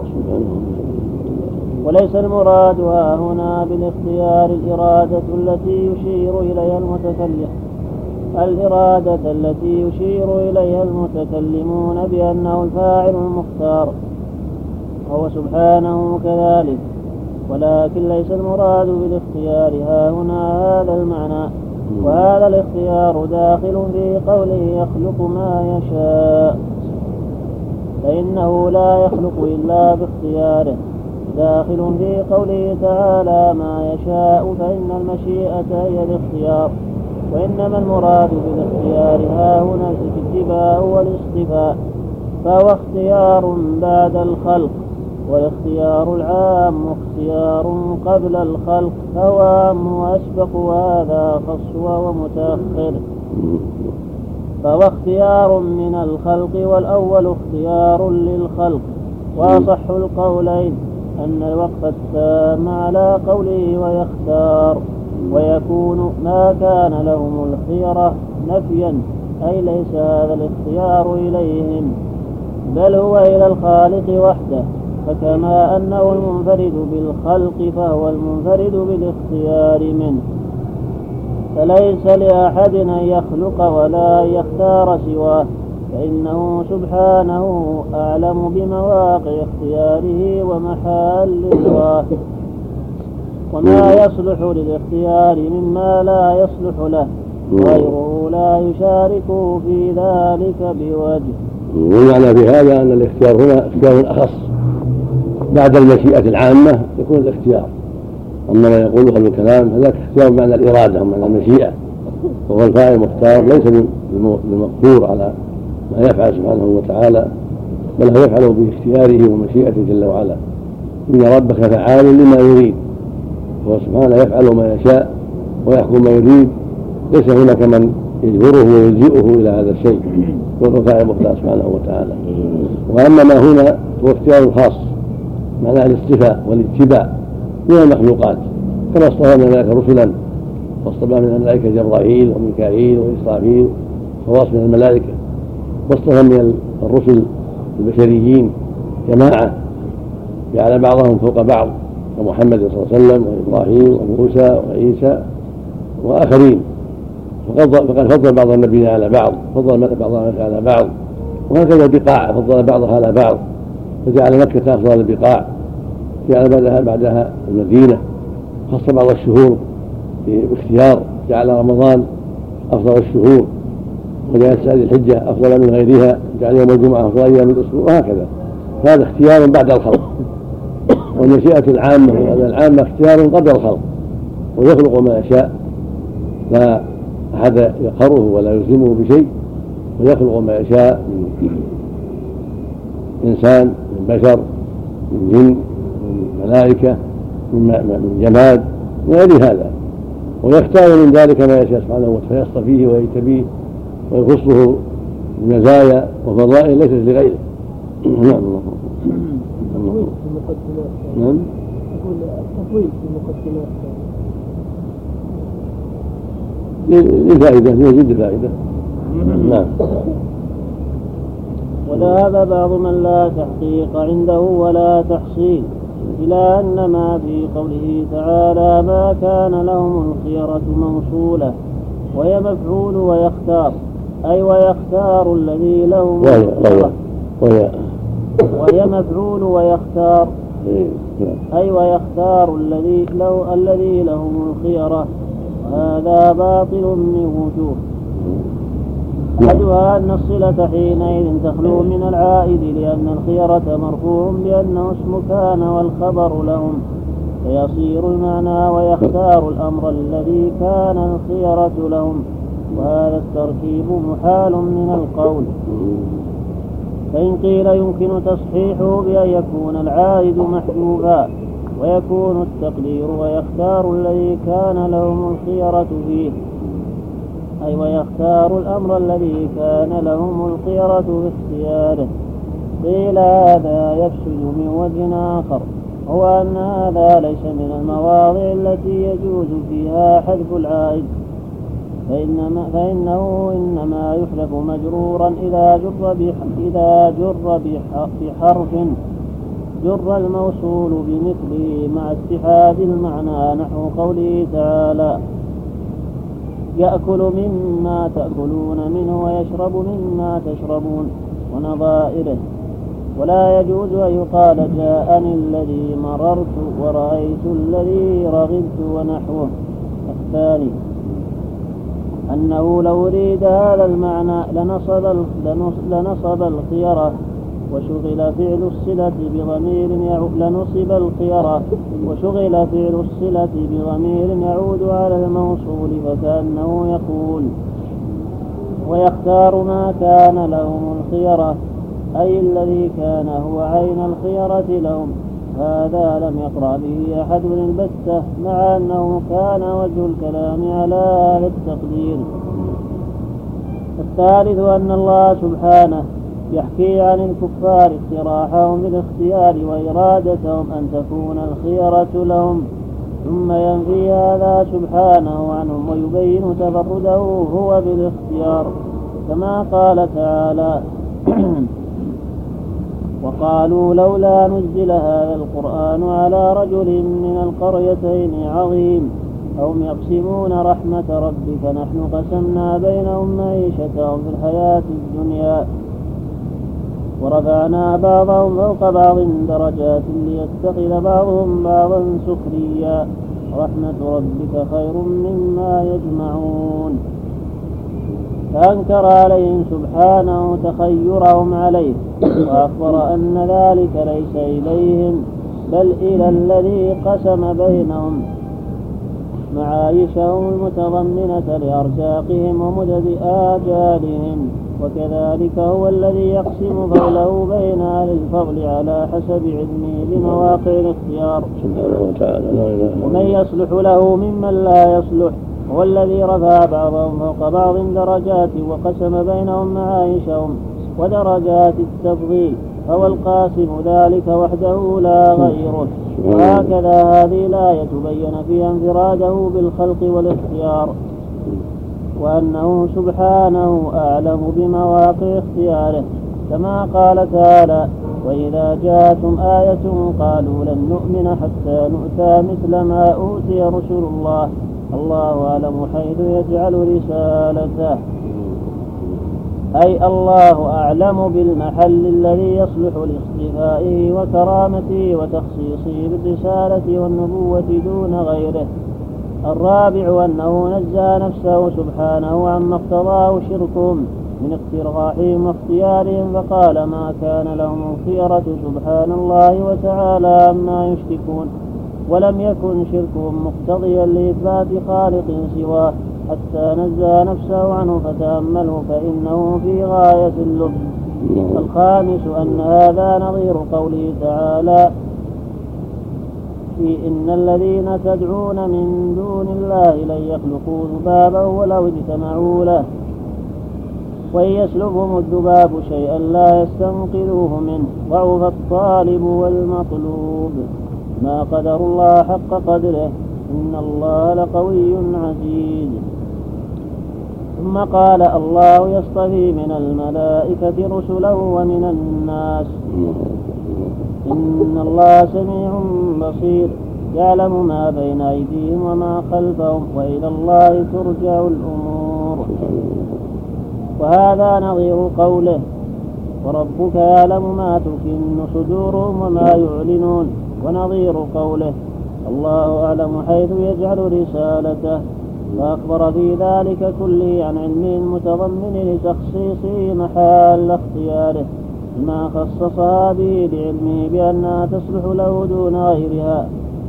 وليس المراد هنا بالاختيار الإرادة التي يشير إليها المتكلم الإرادة التي يشير إليها المتكلمون بأنه الفاعل المختار، وهو سبحانه كذلك، ولكن ليس المراد بالاختيار ها هنا هذا المعنى، وهذا الاختيار داخل في قوله يخلق ما يشاء، فإنه لا يخلق إلا باختياره، داخل في قوله تعالى ما يشاء، فإن المشيئة هي الاختيار، وإنما المراد بالاختيار ها هنا الاتباع والاصطفاء، فهو اختيار بعد الخلق، والاختيار العام اختيار قبل الخلق، فهو عام وأسبق وهذا خص وهو متأخر، فهو اختيار من الخلق والأول اختيار للخلق. وأصح القولين أن الوقف التام على قوله ويختار، ويكون ما كان لهم الخيرة نفيا، أي ليس هذا الاختيار إليهم بل هو إلى الخالق وحده، فكما أنه المنفرد بالخلق فهو المنفرد بالاختيار منه، فليس لأحد أن يخلق ولا يختار سواه، فإنه سبحانه أعلم بمواقع اختياره ومحال رضاه، وما يصلح للاختيار مما لا يصلح له غيره لا يشاركه في ذلك بوجه. والمعنى في هذا أن الاختيار هنا اختيار أخص بعد المشيئة العامة يكون الاختيار، أما ما يقوله أهل الكلام هذاك اختيار معنى الإرادة ومعنى المشيئة، وهو الفاعل المختار ليس بالمقدور على ما يفعل سبحانه وتعالى، بل هو يفعل باختياره ومشيئته جل وعلا. إن ربك فعال لما يريد، هو سبحانه يفعل ما يشاء ويحكم ما يريد، ليس هناك من يجبره ويلجئه إلى هذا الشيء، وهو فاعل المختار سبحانه وتعالى. وأما ما هنا هو اختيار خاص معناه الاصطفاء والاتباع من المخلوقات، كما اصطفى من الملائكة رسلا، واصطفى من الملائكة جبرائيل وميكائيل وإسرافيل خواص من الملائكة، واصطفى من الرسل البشريين جماعة جعل بعضهم فوق بعض كمحمد صلى الله عليه وسلم وإبراهيم وموسى وعيسى وآخرين، فقد فضل بعض النبيين على بعض، فضل بعض على بعض، وهكذا البقاع فضل بعضها على بعض، فجعل مكة أفضل البقاع، جعل بعدها بعدها المدينة، خص بعض الشهور باختيار، جعل رمضان أفضل الشهور، وجعل سائر الحجة أفضل من غيرها، جعل يوم الجمعة أفضل أيام الأسبوع، وهكذا. هذا اختيار بعد الخلق، والمشيئة العامة العامة اختيار قبل الخلق، ويخلق ما يشاء لا أحد يقهره ولا يلزمه بشيء، ويخلق ما يشاء من إنسان، من بشر، من جن، من ملائكة، من جماد، من غير هذا، ويختار من ذلك ما يشاء سبحانه وتعالى، فيصطفيه ويجتبيه ويخصه بمزايا وفضائل ليست لغيره. نعم. التفويض في المقدمات. نعم. يقول التفويض في المقدمات للفائدة، لوجود الفائدة. نعم. وذهب بعض من لا تحقيق عنده ولا تحصيل إلى أن ما في قوله تعالى ما كان لهم الخيرة موصولة، وهي مفعول ويختار، أي ويختار الذي لهم الخيرة، وهي وهي مفعول ويختار، أي ويختار الذي له الذي لهم الخيرة، هذا باطل من وجوه. أحدها أن الصلة حينئذ تخلو من العائد، لأن الخيرة مرفوع بأنه اسم كان والخبر لهم، فيصير المعنى ويختار الأمر الذي كان الخيرة لهم، وهذا التركيب محال من القول. فإن قيل يمكن تصحيحه بأن يكون العائد محذوفا، ويكون التقدير ويختار الذي كان لهم الخيرة فيه، أي ويختار الأمر الذي كان لهم الخيرة في اختياره. قيل هذا يفسد من وجه آخر، هو أن هذا ليس من المواضع التي يجوز فيها حذف العائد، فإنما فإنه إنما يحذف مجرورا إذا جر إذا جر بحرف جر الموصول بمثله مع اتحاد المعنى، نحو قوله تعالى يأكل مما تأكلون منه ويشرب مما تشربون ونظائره. ولا يجوز أن يقال جاءني الذي مررت ورأيت الذي رغبت ونحوه. الثاني أنه لو أريد هذا المعنى لنصب لنصب الخيرة وشغل فعل الصلة بضمير يعود لنصب الخيرة وشغل فعل الصلة بضمير يعود على الموصول، فكأنه يقول ويختار ما كان لهم الخيرة، أي الذي كان هو عين الخيرة لهم. هذا لم يقرأ به أحد البتة، مع أنه كان وجه الكلام على هذا التقدير. الثالث أن الله سبحانه يحكي عن الكفار اقتراحهم بالاختيار وإرادتهم أن تكون الخيرة لهم، ثم ينفي هذا سبحانه عنهم ويبين تفرده هو بالاختيار، كما قال تعالى وقالوا لولا نزل هذا القرآن على رجل من القريتين عظيم، هم يقسمون رحمة ربك نحن قسمنا بينهم معيشتهم في الحياة الدنيا ورفعنا بعضهم فوق بعض درجات ليتخذ بعضهم بعضا سخريا، رحمة ربك خير مما يجمعون. فأنكر عليهم سبحانه تخيرهم عليه، وأخبر أن ذلك ليس إليهم بل إلى الذي قسم بينهم معايشهم المتضمنة لأرزاقهم ومدد آجالهم، وكذلك هو الذي يقسم فضله بين أهل الفضل على حسب علمه بمواقع الاختيار، ومن يصلح له ممن لا يصلح، هو الذي رفع بعضهم فوق بعض درجات وقسم بينهم معايشهم ودرجات التفضيل، هو القاسم ذلك وحده لا غيره. وهكذا هذه الآية بين فيها انفراده بالخلق والاختيار، وأنه سبحانه أعلم بمواقع اختياره، كما قال تعالى وإذا جاءتهم آية قالوا لن نؤمن حتى نؤتى مثل ما أوتي رسل الله الله أعلم حيث يجعل رسالته، أي الله أعلم بالمحل الذي يصلح لاصطفائه وكرامته وتخصيصه بالرسالة والنبوة دون غيره. الرابع أنه نزه نفسه سبحانه عما اقتضاه شركهم من اقتراحهم واختيارهم، فقال ما كان لهم الخيرة سبحان الله وتعالى عما يشركون، ولم يكن شركهم مقتضيا لإثبات خالق سواه حتى نزه نفسه عنه فتأمله فإنه في غاية اللطف. الخامس أن هذا نظير قوله تعالى في إن الذين تدعون من دون الله لن يخلقوا ذبابا ولو اجتمعوا له وإن يسلبهم الذباب شيئا لا يستنقذوه منه ضعف الطالب والمطلوب. ما قدر الله حق قدره إن الله لقوي عزيز. ثم قال الله يصطفي من الملائكة رسلا ومن الناس إن الله سميع بصير يعلم ما بين أيديهم وما خلفهم وإلى الله ترجع الأمور. وهذا نظير قوله وربك يعلم ما تكن صدورهم وما يعلنون، ونظير قوله الله أعلم حيث يجعل رسالته، فأخبر في ذلك كله عن علمه المتضمن لتخصيصه محل اختياره ما خصصها به لعلمه بأنها تصلح له دون غيرها.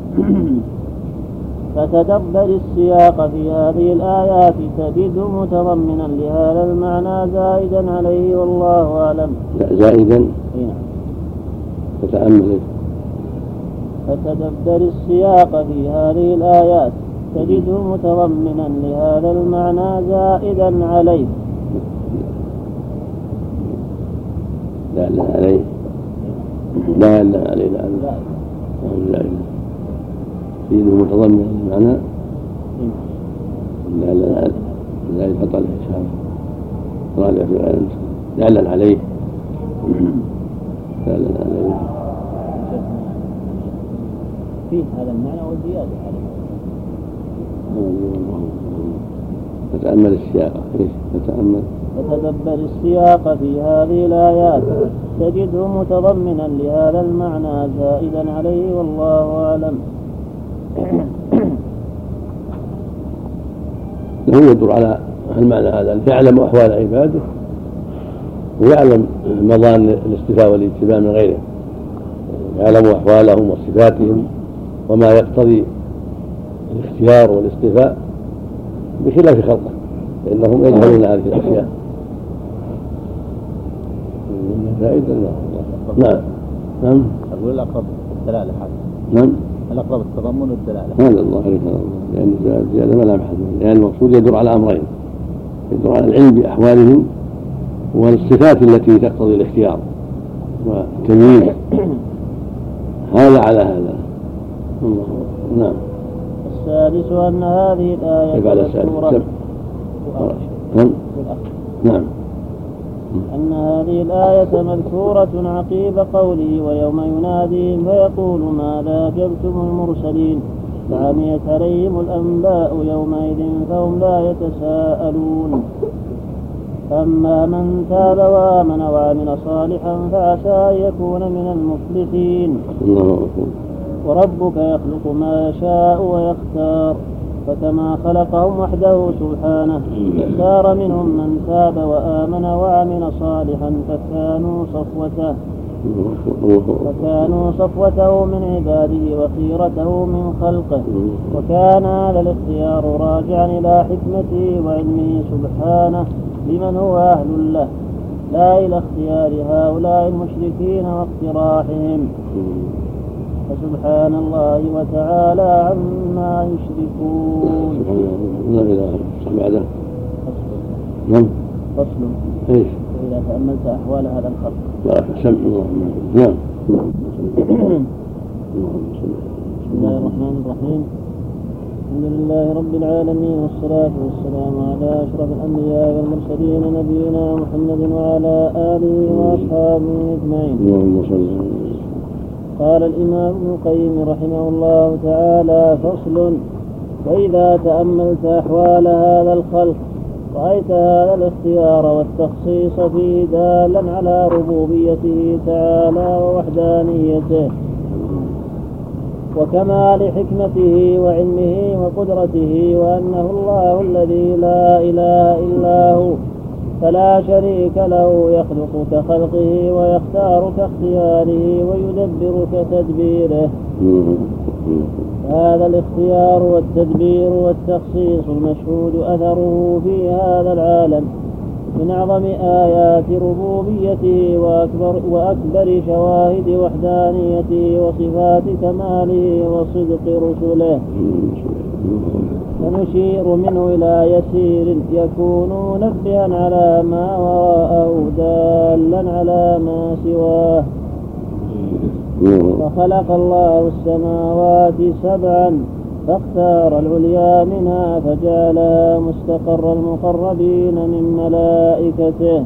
فتدبر السياق في هذه الآيات تجده متضمنا لهذا المعنى زائدا عليه والله أعلم. زائدا؟ نعم. فتأمل. فتدبر السياق في هذه الآيات تجده متضمنا لهذا المعنى زائدا عليه. لا لا عليه لا لا عليه لا لا لا سيده متضمن المعنى لا لا لا يحط عليه إشارة راجع في العلم لا لا عليه لا لا عليه فيه هذا المعنى والزيادة عليه. فتأمل السياق فتأمل فتدبر السياق في هذه الآيات تجده متضمنا لهذا المعنى زائدا عليه والله أعلم. هو يدور على المعنى هذا يعلم أحوال عباده ويعلم مظان الاستفاء والاتباع من غيره، يعلم أحوالهم وصفاتهم وما يقتضي الاختيار والاستفاء بخلاف خلقه فإنهم يجهلون هذه الأشياء. فائدة نعم نعم أقول الأقرب الدلالة نعم الأقرب التضمن والدلالة هذا الله هذا الله لأن زيادة ما لا محل لأن المقصود يدور على أمرين، يدور على العلم بأحوالهم والصفات التي تقتضي الاختيار والتمييز هذا على هذا الله. نعم. السادس أن هذه الآية مذكورة نعم نعم أن هذه الآية مذكورة عقيب قوله ويوم يناديهم فيقول ماذا أجبتم المرسلين فعميت عليهم الأنباء يومئذ فهم لا يتساءلون. أما من تاب وآمن وعمل صالحا فعسى أن يكون من المفلحين. وربك يخلق ما يشاء ويختار فكما خلقهم وحده سبحانه اختار منهم من تاب وآمن وعمل صالحا فكانوا صفوته فكانوا صفوته من عباده وخيرته من خلقه، وكان هذا الاختيار راجعا إلى حكمته وعلمه سبحانه لمن هو أهل له لا إلى اختيار هؤلاء المشركين واقتراحهم، فسبحان الله وتعالى عما يشركون. لا إله إلا الله. نعم. فصل. إيش؟ إذا تأملت أحوال هذا الخلق. لا سمع الله. نعم. بسم الله الرحمن الرحيم. الحمد لله رب العالمين، والصلاة والسلام على أشرف الأنبياء والمرسلين نبينا محمد وعلى آله وأصحابه أجمعين. اللهم صل. قال الإمام ابن القيم رحمه الله تعالى: فصل: وإذا تأملت أحوال هذا الخلق رأيت هذا الاختيار والتخصيص فيه دالا على ربوبيته تعالى ووحدانيته وكمال حكمته وعلمه وقدرته، وأنه الله الذي لا إله إلا هو فلا شريك له، يخلق كخلقه ويختار كاختياره ويدبر كتدبيره. هذا الاختيار والتدبير والتخصيص المشهود أثره في هذا العالم من أعظم آيات ربوبيته وأكبر, وأكبر شواهد وحدانيته وصفات كماله وصدق رسله. ونشير منه إلى يسير يكون منبها على ما وراءه دالا على ما سواه. فخلق الله السماوات سبعا فاختار العليا منها فجعلها مستقر المقربين من ملائكته،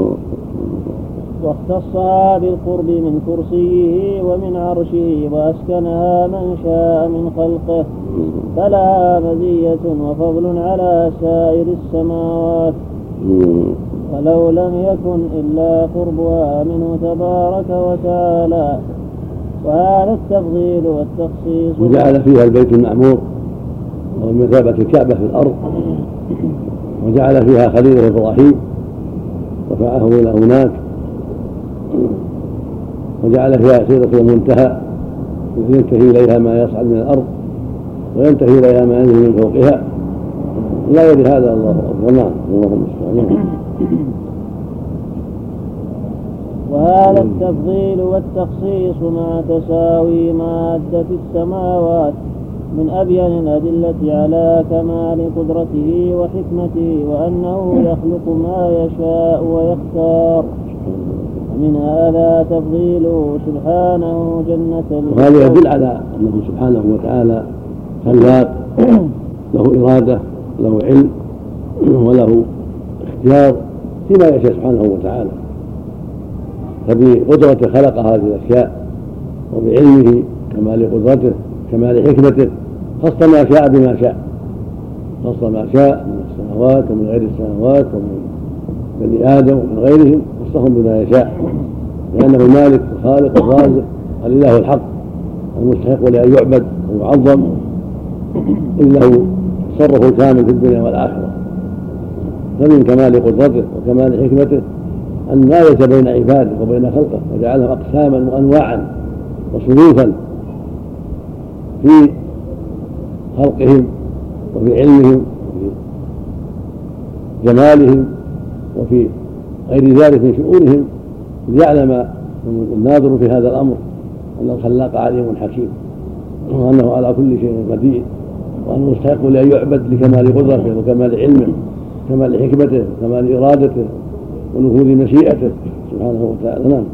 واختصها بالقرب من كرسيه ومن عرشه، وأسكنها من شاء من خلقه، فلها مزية وفضل على سائر السماوات، ولو لم يكن إلا قربها منه تبارك وتعالى. وهذا التفضيل والتخصيص. وجعل فيها البيت المعمور ومثابة الكعبة في الأرض، وجعل فيها خليله إبراهيم رفعه إلى هناك، وجعل فيها سيرة المنتهى ينتهي إليها ما يصعد من الأرض وينتهي إليها ما ينزل من فوقها. لا يدري هذا الله أكبر. نعم. اللهم صل. وهذا التفضيل والتخصيص مع تساوي مادة السماوات من أبين الأدلة على كمال قدرته وحكمته، وأنه يخلق ما يشاء ويختار. ومن هذا تفضيله سبحانه جنة. وهذا يدل على أنه سبحانه وتعالى خلاق، له إرادة، له علم، وله اختيار فيما يشاء سبحانه وتعالى. فبقدرته خلق هذه الأشياء، وبعلمه كمال قدرته كمال حكمته خص ما شاء بما شاء، خص ما شاء من السماوات ومن غير السماوات ومن بني آدم ومن غيرهم، خصهم بما يشاء، لأنه المالك الخالق الرازق الإله الحق المستحق لأن يعبد ويعظم، إذ له تصرف الكامل في الدنيا والآخرة. فمن كمال قدرته وكمال حكمته أن مايز بين عباده وبين خلقه، وجعلهم أقساما وأنواعا وصنوفا في خلقهم وفي علمهم وفي جمالهم وفي غير ذلك من شؤونهم، ليعلم الناظر في هذا الأمر أن الخلاق عليم حكيم، وأنه على كل شيء قدير، وأنه مستحق لأن يعبد لكمال قدرته وكمال علمه وكمال حكمته وكمال إرادته ونفوذ مشيئته سبحانه وتعالى. نعم.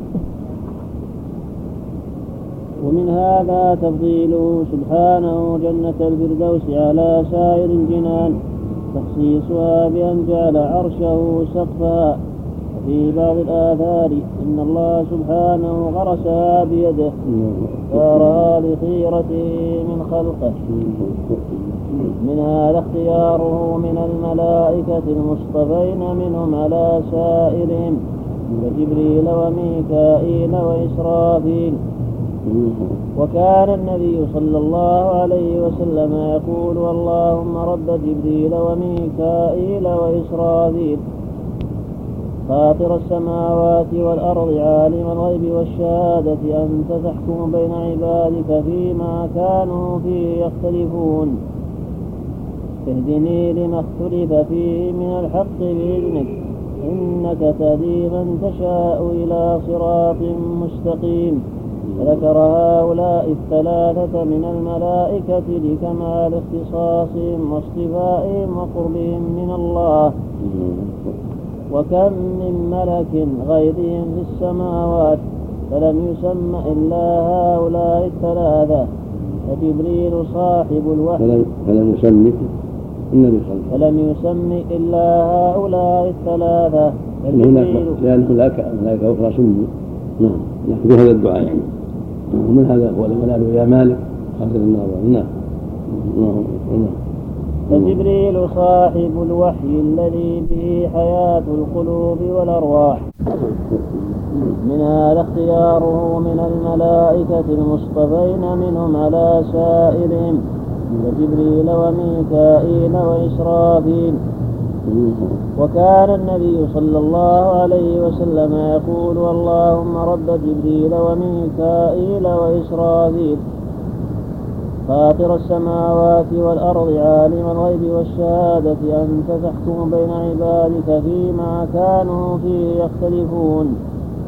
ومن هذا تفضيله سبحانه جنة الفردوس على سائر الجنان، تخصيصها بأن جعل عرشه سقفها. وفي بعض الآثار إن الله سبحانه غرسها بيده وراها لخيرته من خلقه. من هذا اختياره من الملائكة المصطفين منهم على سائرهم كجبريل وميكائيل وإسرافيل. وكان النبي صلى الله عليه وسلم يقول: اللهم رب جبريل وميكائيل وإسرافيل فاطر السماوات والأرض عالم الغيب والشهادة أنت تحكم بين عبادك فيما كانوا فيه يختلفون، اهدني لما اختلف فيه من الحق بإذنك إنك تهدي من تشاء إلى صراط مستقيم. فذكر هؤلاء الثلاثة من الملائكة لكمال اختصاصهم واصطفائهم وقربهم من الله. وكم من ملك غيرهم في السماوات فلم يسم إلا هؤلاء الثلاثة، فجبريل صاحب الوحي فلم, فلم يسمي النبي صلى الله عليه وسلم فلم يسمي إلا هؤلاء الثلاثة لأن هناك هناك أخرى سموا نعم لكن بهذا الدعاء يعني ومن هذا هو لمن يا مالك خاطر الناظر نعم نعم فجبريل صاحب الوحي الذي به حياة القلوب والأرواح. من هذا اختياره من الملائكة المصطفين منهم على سائرهم كجبريل وميكائيل وإسرافيل. وكان النبي صلى الله عليه وسلم يقول اللهم رب جبريل وميكائيل وإسرافيل فاطر السماوات والأرض عالم الغيب والشهادة أنت تحكم بين عبادك فيما كانوا فيه يختلفون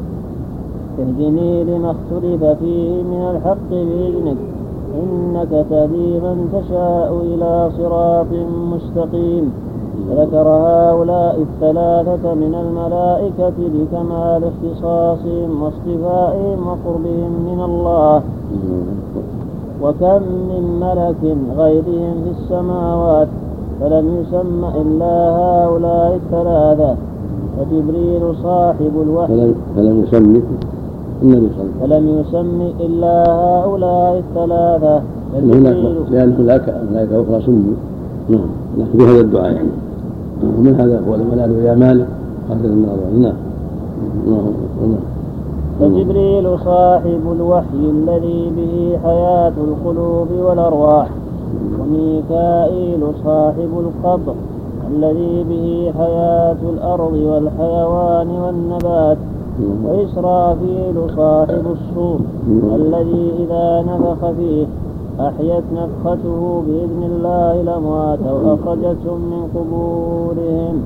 اهدني لما اختلف فيه من الحق بإذنك إنك تهدي من تشاء إلى صراط مستقيم. ذكر هؤلاء الثلاثة من الملائكة لكمال اختصاصهم واصطفائهم وقربهم من الله. وكم من ملك غيرهم في السماوات فلم يسم إلا هؤلاء الثلاثة فجبريل صاحب الوحي فلم يسمي النبي صلى الله عليه وسلم فلم يسم إلا هؤلاء الثلاثة لأن هناك هناك أخرى سموا نعم لكن بهذا الدعاء يعني ومن هذا هو لمن يا مالك خاطر الناظر نعم نعم فجبريل صاحب الوحي الذي به حياة القلوب والأرواح. وميكائيل صاحب القبض الذي به حياة الأرض والحيوان والنبات. وإسرافيل صاحب الصور الذي إذا نفخ فيه أحيت نفخته بإذن الله الأموات وأخرجتهم من قبورهم.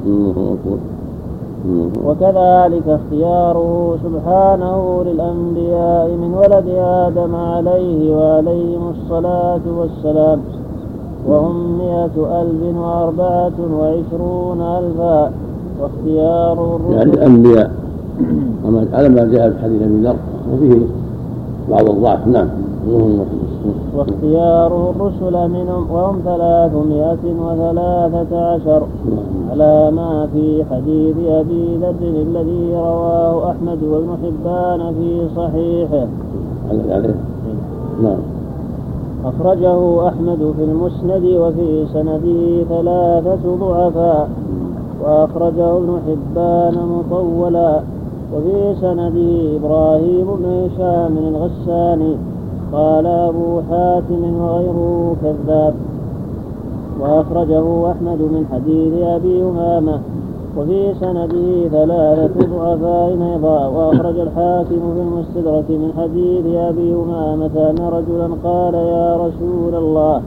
وكذلك اختياره سبحانه للأنبياء من ولد آدم عليه وعليهم الصلاة والسلام وهم مئة ألف وأربعة وعشرون ألفا. واختيار الرسل يعني الأنبياء على ما جاء في حديث أبي ذر وفيه بعض الضعف نعم. واختياره الرسل منهم وهم ثلاثمائة وثلاثة عشر على ما في حديث أبي ذر الذي رواه أحمد وابن حبان في صحيحه. نعم. أخرجه أحمد في المسند وفي سنده ثلاثة ضعفاء وأخرجه ابن حبان مطولا وفي سنده إبراهيم بن هشام الغساني قال أبو حاتم وغيره كذاب. وأخرجه أحمد من حديث أبي أمامة وفي سنده ثلاثة ضعفاء أيضا. وأخرج الحاكم في المستدرك من حديث أبي أمامة أن رجلا قال يا رسول الله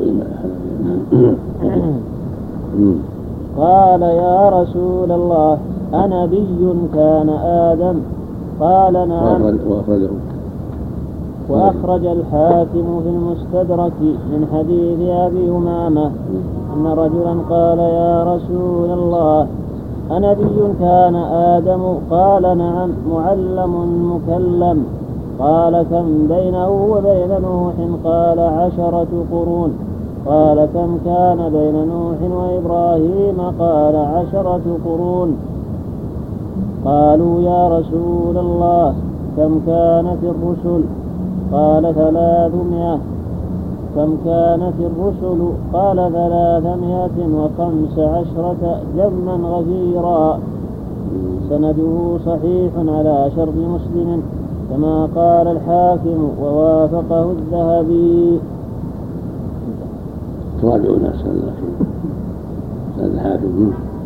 قال يا رسول الله أنبي كان آدم؟ قال نعم. وأخرجه وأخرج الحاكم في المستدرك من حديث أبي أمامة أن رجلا قال يا رسول الله أنبي كان آدم؟ قال نعم. معلم مكلم؟ قال كم بينه وبين نوح؟ قال عشرة قرون. قال كم كان بين نوح وإبراهيم؟ قال عشرة قرون. قالوا يا رسول الله كم كانت الرسل؟ قال ثلاثمائة. كم كانت الرسل؟ قال ثلاثمائة وخمس عشرة جما غفيرا. سنده صحيح على شرط مسلم كما قال الحاكم ووافقه الذهبي. تراجعوا ناس الله فيه الحاكم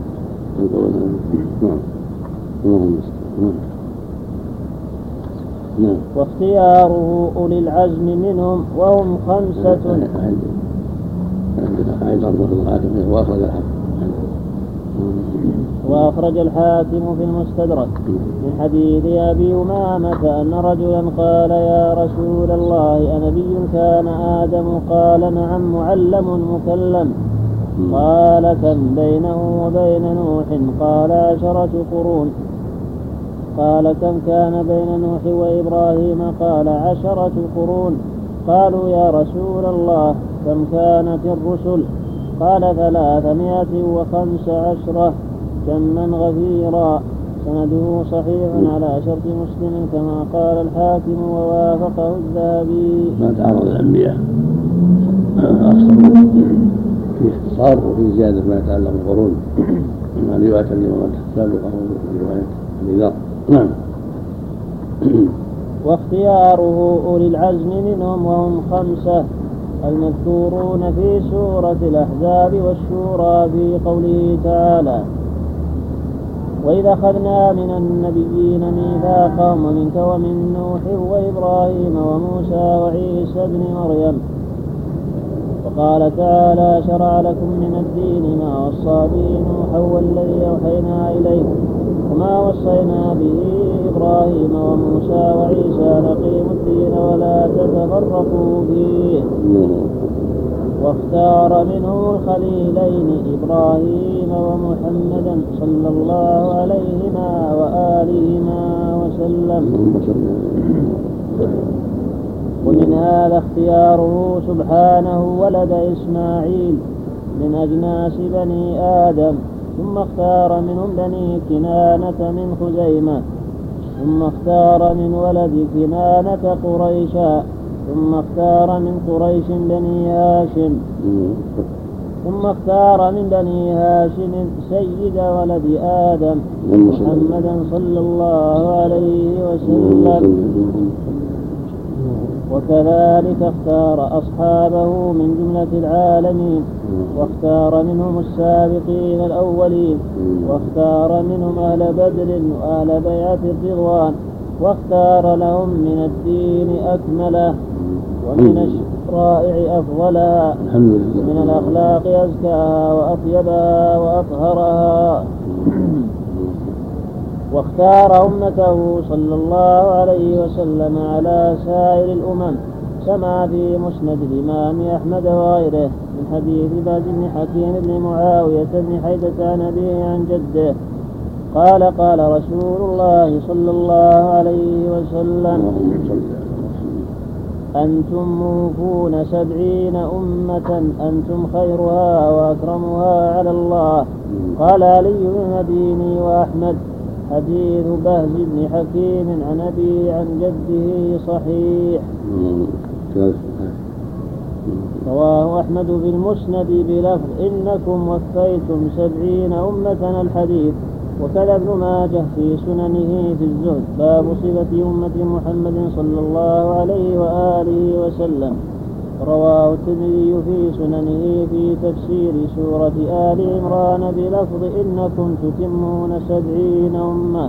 نعم نعم. واختياره أولي العزم منهم وهم خمسة. وأخرج الحاكم في المستدرك من حديث أبي أمامة أن رجلا قال يا رسول الله أنبي كان آدم؟ قال نعم. معلم مكلم؟ قال كم بينه وبين نوح؟ قال عشرة قرون. قال كم كان بين نوح وإبراهيم؟ قال عشرة قرون. قالوا يا رسول الله كم كانت الرسل؟ قال ثلاثمائة وخمس عشرة جما غفيرا. سنده صحيح على شرط مسلم كما قال الحاكم ووافقه الذهبي. ما تعرض الأنبياء أكثر في اختصار وفي زيادة ما يتعلق بالقرون مع رواية الإمام السابقة ورواية أبي ذر. نعم. واختياره أولي العزم منهم وهم خمسة المذكورون في سورة الأحزاب والشورى في قوله تعالى وإذا أخذنا من النبيين ميثاقهم ومنك ومن نوح وإبراهيم وموسى وعيسى بن مريم. وقال تعالى شرع لكم من الدين ما وصى به نوحا والذي أوحينا إليك وما وصينا به إبراهيم وموسى وعيسى نقيموا الدين ولا تتفرقوا فيه. واختار منهم الخليلين إبراهيم ومحمدا صلى الله عليهما وآلهما وسلم. ومن هذا اختياره سبحانه ولد إسماعيل من أجناس بني آدم ثم اختار منهم بني كنانة من خزيمة ثم اختار من ولد كنانة قريشا ثم اختار من قريش بني هاشم ثم اختار من بني هاشم سيد ولد آدم محمدا صلى الله عليه وسلم. وكذلك اختار أصحابه من جملة العالمين واختار منهم السابقين الأولين واختار منهم أهل بدر وأهل بيعة الرضوان واختار لهم من الدين أكمله ومن الشرائع أفضلها من الأخلاق أزكاها وأطيبها وأطهرها. واختار أمته صلى الله عليه وسلم على سائر الأمم كما في مسند الإمام أحمد وغيره من حديث باز بن حكيم بن معاوية بن حيدة عن أبيه عن جده قال قال رسول الله صلى الله عليه وسلم أنتم موفون سبعين أمة أنتم خيرها وأكرمها على الله. قال علي بن مديني وأحمد حديث بهز بن حكيم عن أبي عن جده صحيح. رواه أحمد في المسند بلفظ إنكم وفيتم سبعين أمة الحديث. وكذا ابن ماجه في سننه في الزهد باب صفة أمة محمد صلى الله عليه وآله وسلم. رواه الترمذي في سننه في تفسير سورة آل عمران بلفظ إنكم تتمون سبعين أمة.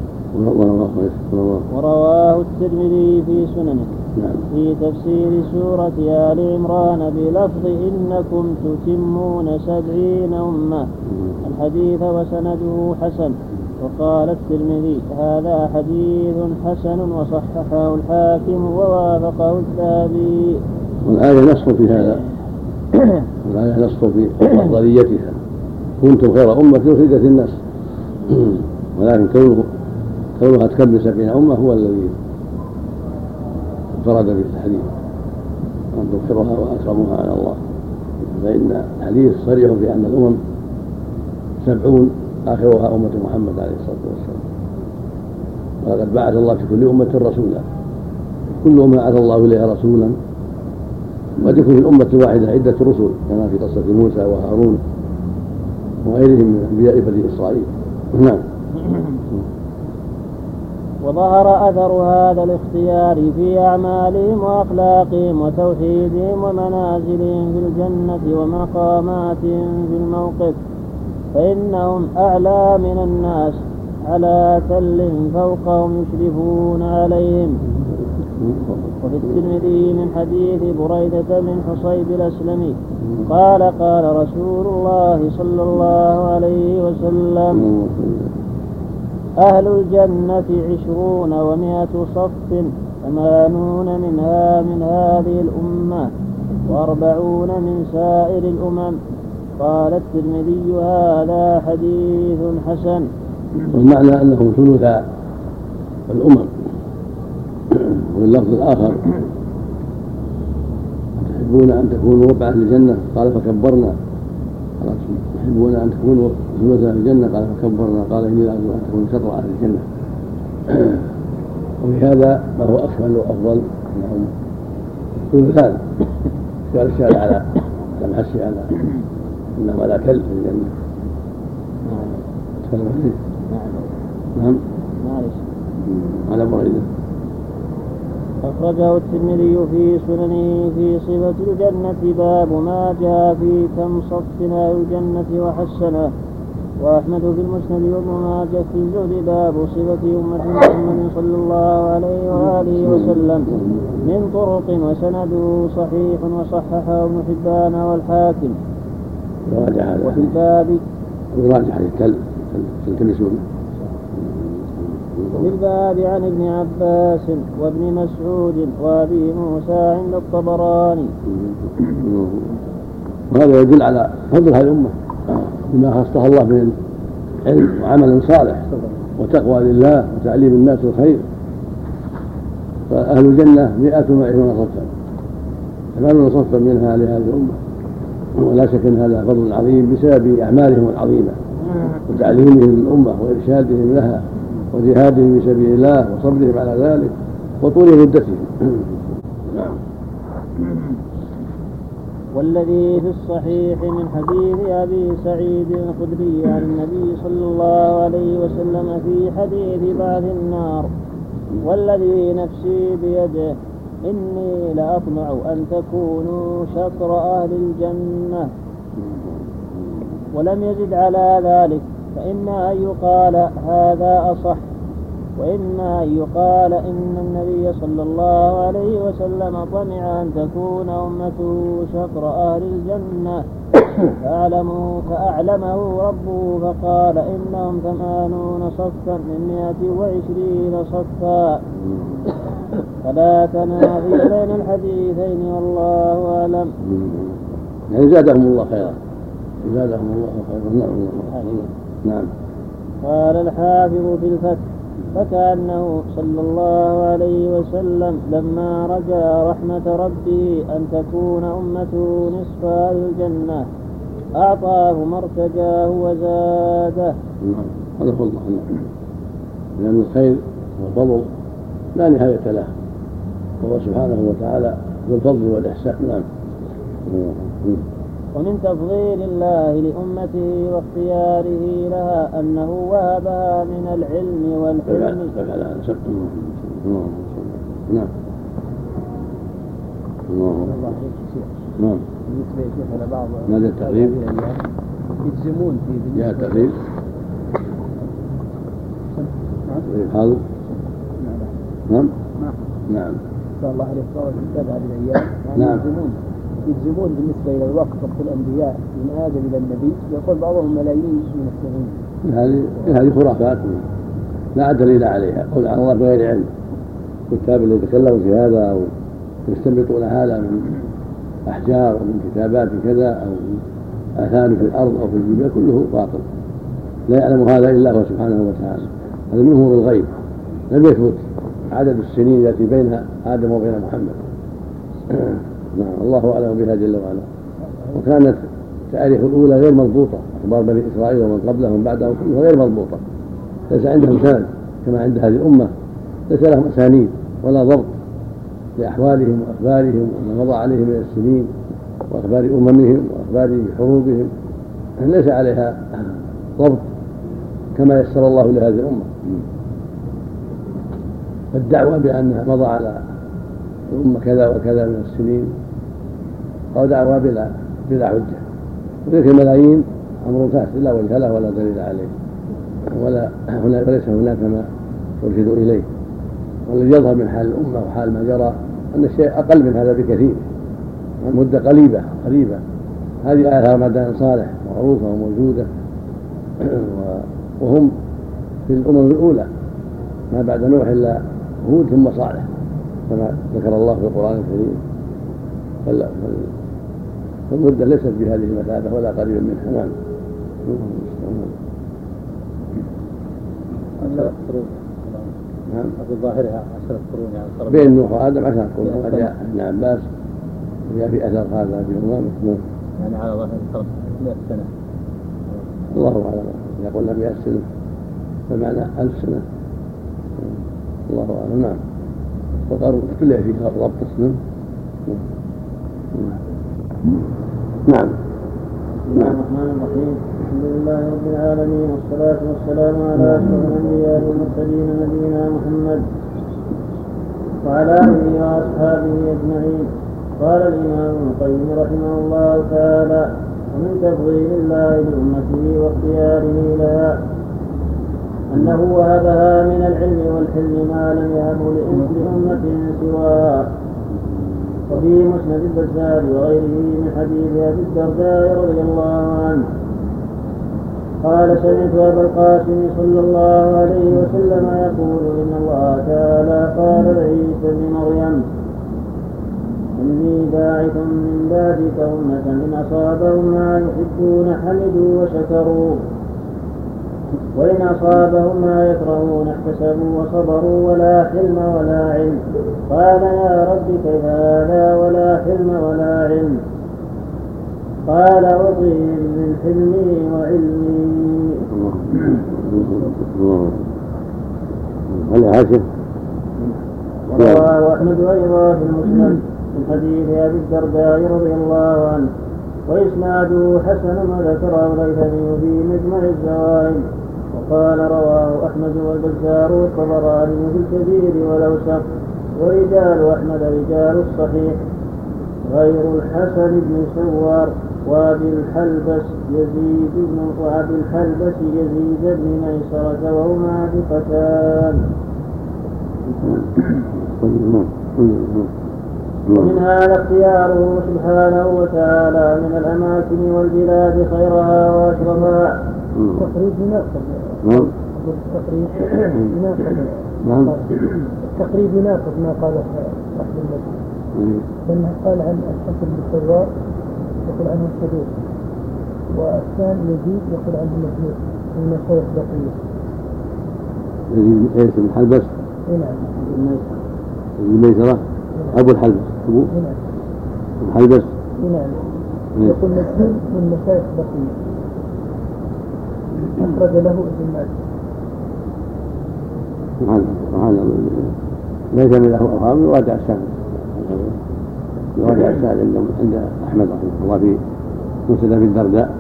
ورواه الترمذي في سننه في تفسير سورة آل عمران بلفظ إنكم تتمون سبعين أمة الحديث وسنده حسن. وقال الترمذي هذا حديث حسن وصححه الحاكم ووافقه الذهبي. والآية نص في هذا والآية نص في أفضليتها كنتم خير أمة أخرجت الناس ولكن كونه كونها تكمل سبعين أمة هو الذي انفرد بالتحديث وأنتم خيرها وأكرمها على الله. فإن الحديث صريح في أن الأمم سبعون آخرها أمة محمد عليه الصلاة والسلام. وقد بعث الله في كل أمة رسولا كل أمة بعث الله إليها رسولا وتكون في الأمة الواحدة عدة رسل كما في قصة موسى وهارون وغيرهم من أنبياء بني إسرائيل. نعم. وظهر أثر هذا الاختيار في أعمالهم وأخلاقهم وتوحيدهم ومنازلهم في الجنة ومقاماتهم في الموقف فإنهم أعلى من الناس على تل فوقهم يشرفون عليهم. وفي الترمذي من حديث بريدة بن حصيب الأسلمي قال قال رسول الله صلى الله عليه وسلم أهل الجنة عشرون ومائة صف ثمانون منها من هذه الأمة وأربعون من سائر الأمم. قال الترمذي هذا حديث حسن. والمعنى أنهم ثلثا الأمم. واللفظ الآخر تحبون أن تكونوا ربع أهل الجنة قال فكبرنا. قال تحبون أن تكونوا ثلث أهل الجنة قال فكبرنا. قال إني لا أرجو أن تكونوا شطر أهل الجنة. وفي هذا ما هو أكمل وأفضل أنهم ثلثان. قال الشارع على على محسي على أنهم على كل في الجنة. نعم معلش على بريدة. أخرجه الترمذي في سننه في صفة الجنة باب ما جاء في كم صف أهل الجنة وحسنه. وأحمد في المسند وابن ماجه في الزهد باب صفة أمة محمد صلى الله عليه وآله وسلم من طرق وسنده صحيح وصححه ابن حبان والحاكم. وفي الباب يراجع التل تلتمسون. وفي الباب عن ابن عباس وابن مسعود وابي موسى عند الطبراني. وهذا يدل على فضل هذه الأمة بما خصها الله من علم وعمل صالح وتقوى لله وتعليم الناس الخير. فأهل الجنة مئة وعشرون صفا ثمانون صفا منها لهذه الأمة. ولا شك أن هذا فضل عظيم بسبب أعمالهم العظيمة وتعليمهم للأمة وإرشادهم لها وجهادهم في سبيل الله وصبرهم على ذلك وطول مدتهم. والذي في الصحيح من حديث أبي سعيد الخدري عن النبي صلى الله عليه وسلم في حديث بعث النار والذي نفسي بيده إني لأطمع أن تكونوا شطر أهل الجنة. ولم يزد على ذلك فإما أن يقال هذا أصح وإما أن يقال إن النبي صلى الله عليه وسلم طمع أن تكون أمته شطر أهل الجنة فأعلمه, فأعلمه ربه فقال إنهم ثمانون صفا من مائة وعشرين صفا. فلا تنافي بين الحديثين والله أعلم. يعني زادهم الله خيرا زادهم الله خيرا. نعم. قال الحافظ في الفتح فكأنه صلى الله عليه وسلم لما رجا رحمة ربه أن تكون أمته نصف أهل الجنة أعطاه ما ارتجاه وزاده. هذا هو الله. لأن الخير والفضل لا نهاية له وهو سبحانه وتعالى ذو الفضل والإحسان. نعم. ومن تفضيل الله لأمته واختياره لها أنه وهبها من العلم والحلم. نعم. نعم. بالنسبة يا شيخ على بعض ماذا التقريب؟ يجزمون في جاء التقريب. هذا نعم نعم. شاء الله عليه صار الكتاب هذه الأيام. نعم. يجزمون يجزمون بالنسبة إلى الوقت وقت الأنبياء من آدم إلى النبي يقول بعضهم ملايين من السنين. هذه هذه خرافات لا دليل عليها. قول عن الله بغير علم. الكتاب اللي يتكلموا في هذا أو يستنبطون هذا من أحجار ومن كتابات كذا أو آثار في الأرض أو في الجبال كله باطل. لا يعلم هذا إلا هو سبحانه وتعالى. هذا من أمور الغيب. لم يثبت عدد السنين التي بين آدم وبين محمد. نعم. الله أعلم بها جل وعلا. وكانت تاريخ الأولى غير مضبوطة. أخبار بني إسرائيل ومن قبلهم بعدهم كلها غير مضبوطة. ليس عندهم سند كما عند هذه الأمة. ليس لهم أسانيد ولا ضبط لأحوالهم وأخبارهم وما مضى عليهم من السنين وأخبار أممهم وأخبار حروبهم. ليس عليها ضبط كما يسر الله لهذه الأمة. فالدعوة بأنها مضى على الأمة كذا وكذا من السنين أو دعوة بلا بلا حجة. وتلك الملايين أمر فاسد لا وجه له ولا دليل عليه ولا هنا وليس هناك ما يرشد إليه. والذي يظهر من حال الأمة وحال ما جرى أن الشيء أقل من هذا بكثير. مدة قريبة قريبة. هذه آثار مدان صالح معروفة وموجودة وهم في الأمم الأولى ما بعد نوح إلا هود ثم صالح كما ذكر الله في القرآن الكريم. فالمدة ليست بهذه المثابة ولا قريبا منها. نعم. عشرة قرون. نعم. في ظاهرها عشرة قرون يعني بين نوح وآدم عشرة قرون. وجاء ابن عباس وهي في أثر هذا بأمامه. يعني على ظهر القرب مئة سنة. الله أعلم. إذا قلنا مئة سنة فمعنى ألف سنة. الله أعلم. نعم. فقالوا كلها فيها ربط السنة. نعم. بسم الله الرحمن الرحيم. الحمد لله رب العالمين والصلاة والسلام على أشرف الأنبياء والمرسلين نبينا محمد وعلى آله وأصحابه أجمعين. قال الإمام ابن القيم رحمه الله تعالى: ومن تفضيل الله لأمته واختياره لها أنه وهبها من العلم والحلم ما لم يهبه لأمة سواها. وفي مسند البزار وغيره من حديث أبي الدرداء رضي الله عنه قال: سمعت أبا القاسم صلى الله عليه وسلم يقول: إن الله تعالى قال لعيسى بن مريم: إني باعث من بعدك أمة إن أصابهم ما يحبون حمدوا وشكروا، وإن أصابهم ما يكرهون احتسبوا وصبروا ولا حلم ولا علم. قال: يا رب كيف هذا ولا حلم ولا علم؟ قال: أعطيهم من حلمي وعلمي. هل حاشا؟ ورواه أحمد أيضا في المسند من حديث أبي الدرداء رضي الله عنه وإسناده حسن وذكره الهيثمي في مجمع الزوائد. وقال: رواه أحمد والبزار والطبراني في الكبير والأوسط، ورجال أحمد رجال الصحيح غير الحسن بن سوار وأبي الحلبس يزيد بن وأبي الحلبس يزيد بن ميسرة وهما ثقتان. ومن هذا اختياره سبحانه وتعالى من الأماكن والبلاد خيرها وأشرفها. التقريب يناسب التقريب يناسب التقريب يناسب ما قاله صاحب المسجد، لأنه قال عن الحسن بن سوار يقول عنه الصدوق، والثاني يزيد يقول عنه مجنون من مشايخ بقية. يزيد ايش بن حلبس؟ نعم. ابن ميسرة أبو الحلبس أبو الحلبس. نعم. يقول مجنون من مشايخ بقية، أخرج له ابن ماجه. سبحان الله. ليس من له أوهام يراجع السند يراجع السند عند أحمد رحمه الله في مسند أبي الدرداء.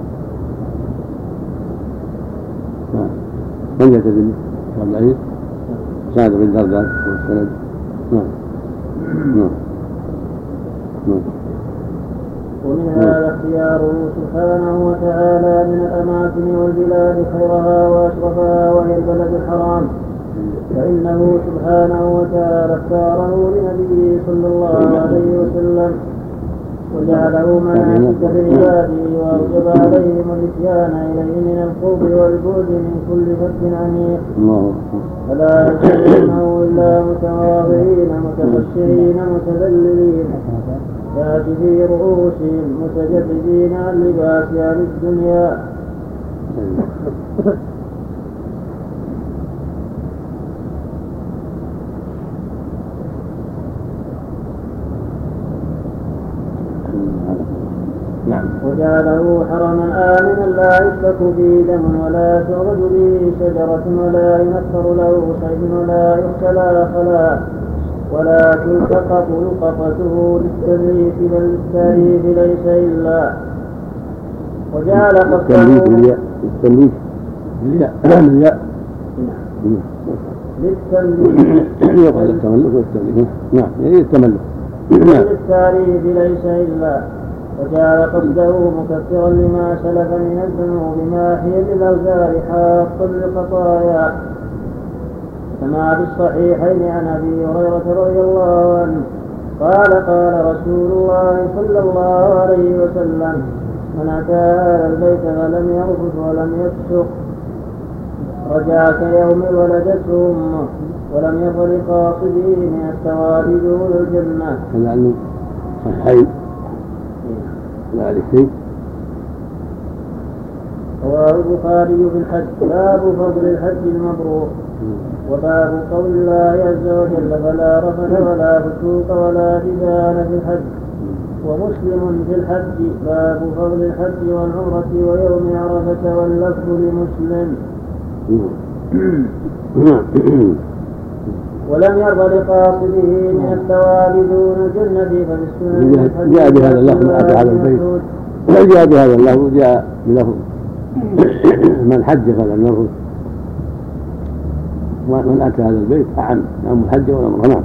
من يعتدل عبد العزيز؟ سند أبي الدرداء والسند. نعم. نعم. نعم. ومن هذا اختياره سبحانه وتعالى من الأماكن والبلاد خيرها وأشرفها وهي البلد الحرام، فإنه سبحانه وتعالى اختاره لنبيه صلى الله عليه وسلم وجعله مناسك لعباده وأوجب عليهم الإتيان إليه من القرب والبعد من كل فك عميق، فلا يشركونه إلا متواضعين متخشعين متذللين كاشفي رؤوسهم متجردين عن لباس أهل الدنيا. وجعله حرما آمنا لا يشرك به دم ولا تعرض به شجرة ولا ينكر له صيد ولا يختلى خلا ولا تلتقط لقطته للتبريك بل للتاريخ ليس إلا. وجعل قصده للتمليك للتمليك يقال التملك والتمليك. نعم التملك للتاريخ ليس إلا. وجعل قصده مكفرا لما سلف من الذنوب ماحيا للأوزار حاقا للخطايا، كما في الصحيحين عن أبي هريرة رضي الله عنه قال: قال رسول الله صلى الله عليه وسلم: من أتى أهل البيت فلم يرفث ولم يفسق رجع كيوم ولدته أمه ولم يظل قاصده من الثواب دخول الجنة. لأنه صحيح لا عليه شيء. رواه البخاري في الحج باب فضل الحج المبرور، وباب قول الله عز وجل: فلا رفث ولا فسوق ولا جدال في الحج. ومسلم في الحج باب فضل الحج والعمرة ويوم عرفة واللفظ لمسلم. ولم يرضى لقاصده من الثواب دون الجنة ففي السنن جاء بهذا اللفظ أتى على البيت جاء بهذا اللفظ جاء بلفظ من حج فلم يرفث ومن أتى هذا البيت أعم نعم الحج والعمرة. نعم.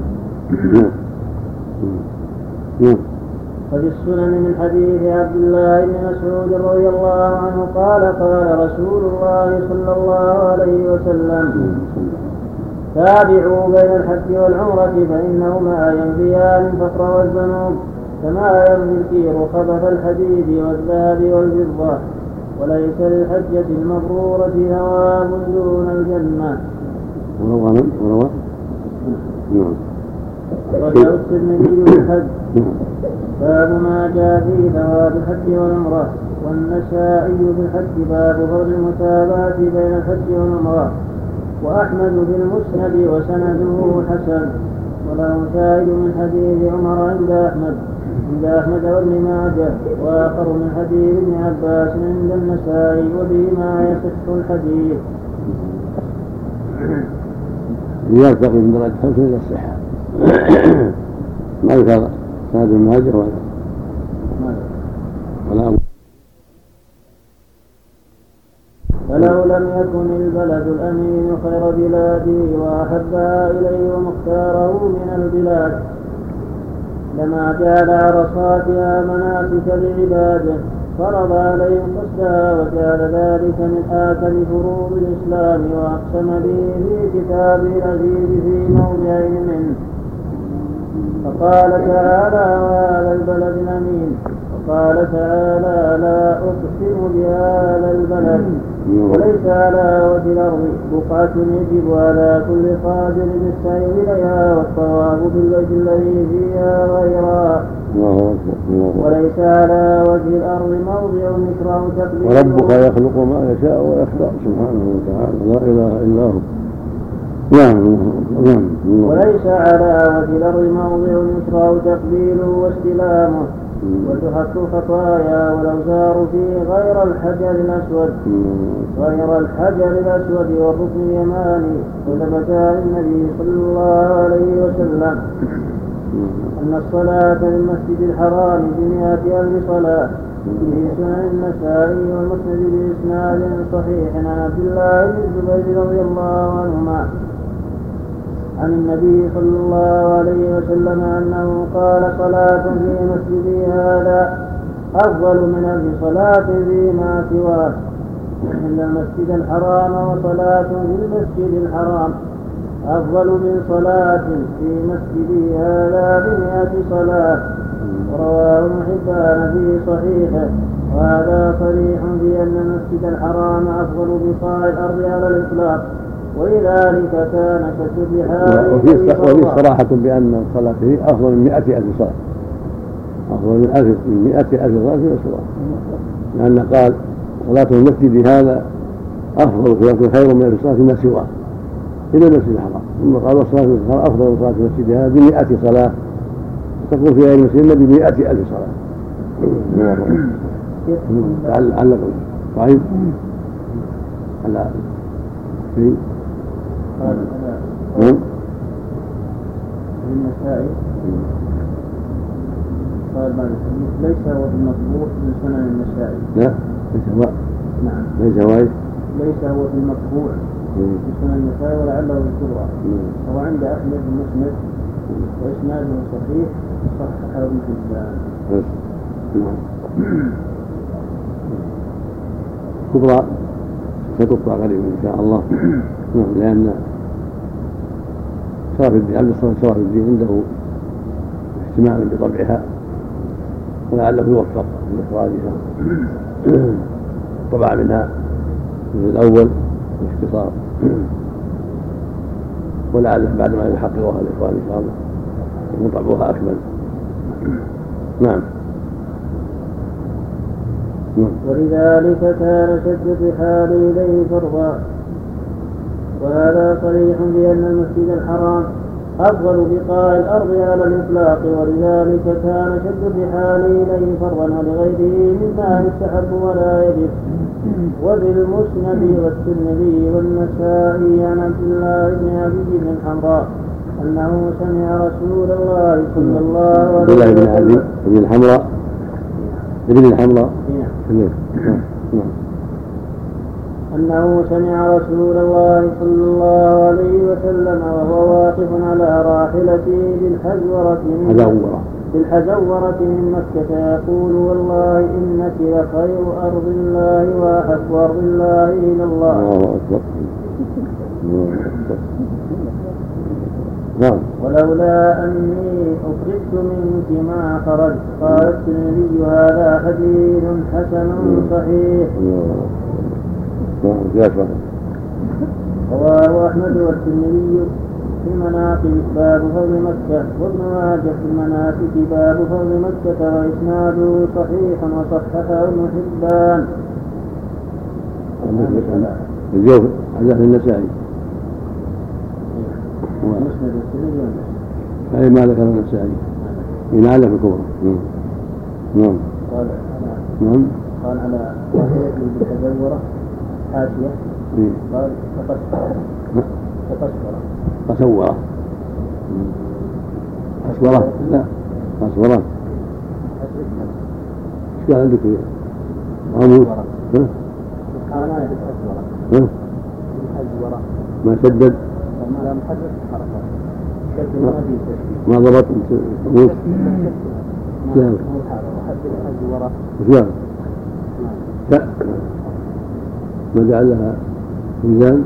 نعم. ففي السنن من حديث عبد الله بن مسعود رضي الله عنه قال قال رسول الله صلى الله عليه وسلم تابعوا بين الحج والعمرة فإنهما ينفيان الفقر والذنوب كما ينفي الكير خبث الحديد والذهب والفضة وليس للحجة المبرورة ثواب دون الجنة. وروى وروى نعم. رجع الترمذي بالحج باب ما جاء في ثواب الحج والعمرة والنسائي بالحج باب فرض المتابعة بين الحج والعمرة وأحمد في المسند وسنده حسن وله شاهد من حديث عمر عند أحمد عند أحمد وابن ماجه وآخر من حديث ابن عباس عند النسائي وبهما يصح الحديث. يرتقي من درجة خمسة إلى الصحة. ما يفعل سند المهاجر ولا ولا فلو لم يكن البلد الأمين خير بلاده وأحبها إليه ومختاره من البلاد لما جعل عرصاتها مناسك لعباده فرض عليهم قصدها وجعل ذلك من آكل فروض الإسلام وأقسم به في كتابه العزيز في موضعين منه فقال تعالى وهذا البلد الأمين وقال تعالى لا أقسم بهذا البلد وليس على وجه الأرض بقعة يجب على كل قادر بالسير إليها والطواف بالبيت الذي فيها غيرها وليس على وجه الأرض موضع يكره تقديره وربك يخلق ما يشاء ويختار سبحانه وتعالى لا إله إلا هو. نعم. وليس على وجه الأرض موضع يكره تقبيله واستلامه وتحط الخطايا والأوزار فيه غير الحجر الأسود غير الحجر الأسود والركن اليماني وثبت عن النبي صلى الله عليه وسلم أن الصلاة في المسجد الحرام بمئة ألف صلاة في سنن النسائي والمسند بإسناد صحيح عن عبد الله بن الزبير رضي الله عنهما عن النبي صلى الله عليه وسلم أنه قال صلاة في مسجدي هذا أفضل من ألف صلاة فيما سواه إلا المسجد الحرام وصلاة في المسجد الحرام أفضل من صلاة في مسجدي هذا بمئة صلاة ورواه ابن حبان في صحيحه وهذا صريح في أن المسجد الحرام أفضل بقاع الأرض على الإطلاق ولذلك كان كسر حاله وفي صراحة بأن الصلاة فيه أفضل من مئة ألف صلاة أفضل من ألف من مئة ألف صلاة في الصلاة لأن قال صلاة المسجد هذا أفضل خير من ألف صلاة فيما سواه إلى المسجد الحرام ثم قال والصلاة في الحرام أفضل من صلاة المسجد هذا بمئة صلاة تكون في غير المسجد بمئة ألف صلاة. علق صحيح على شيء قال النسائي قال بعد ليس هو المطبوع من سنن النسائي لا ليس هو نعم ليس هو ليس هو المطبوع من سنن النسائي ولعله الكبرى هو عند أحمد المسند وإسناده صحيح صححه ابن حبان. كبرى ستقطع قريبا إن شاء الله لأن شرف الدين عبد الصمد شرف الدين عنده اهتمام بطبعها ولعله يوفق في إخراجها طبع منها في الأول باختصار ولعله بعد ما يحققها الإخوان إن شاء الله يكون طبعها أكمل. نعم. ولذلك كان شد حال إليه فرضا وهذا صريح بأن المسجد الحرام أفضل بقاع الأرض على الإطلاق، ولذلك كان شد الرحال إليه فرضا ولغيره مما يستحب ولا يجب. وبالمسند والترمذي والنسائي عن عبد الله بن أبي بن الحمراء أنه سمع رسول الله صلى الله عليه وسلم بن أبي بن الحمراء ابن الحمراء أنه سمع رسول الله صلى الله عليه وسلم وهو واقف على راحلته بالحزورة بالحزورة من مكة يقول: والله إنك لخير أرض الله وأحب أرض الله إلى الله. ولولا أني أخرجت منك ما خرجت. قال الترمذي: هذا حديث حسن صحيح. رواه أحمد والترمذي في المناقب باب فضل مكة، وابن ماجه في المناسك باب فضل مكة، وإسناده صحيح وصححه ابن حبان. الجوف حدث النسائي مسند الترمذي أي ما ذكر النسائي ينعل في الكبرى. نعم. قال نعم. قال على راحلته بالتزورة حاشية. قال تقصر تقصر تصورة تصورة لا تصورة ايش قال عندك يا عمود؟ ما سدد ما محرك حركات ما ضبط وش لا وش لا ما جعل لها ميزان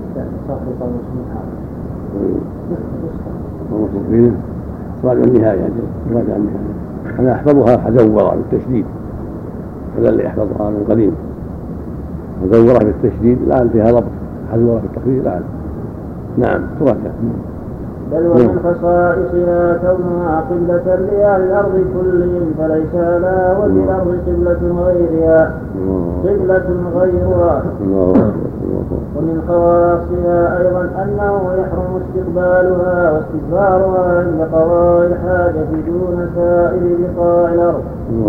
راجع النهاية راجع النهاية. أنا أحفظها حزورة بالتشديد، هذا اللي أحفظها من قديم، حزورة بالتشديد الآن فيها ضبط، حزورة بالتخفيف الآن. نعم تراجع. بل ومن خصائصها كونها قبلة لأهل الأرض كلهم، فليس على وجه الأرض قبلة غيرها قبلة غيرها. ومن خواصها أيضا أنه يحرم استقبالها واستدبارها عند قضاء الحاجة دون سائر بقاع الأرض.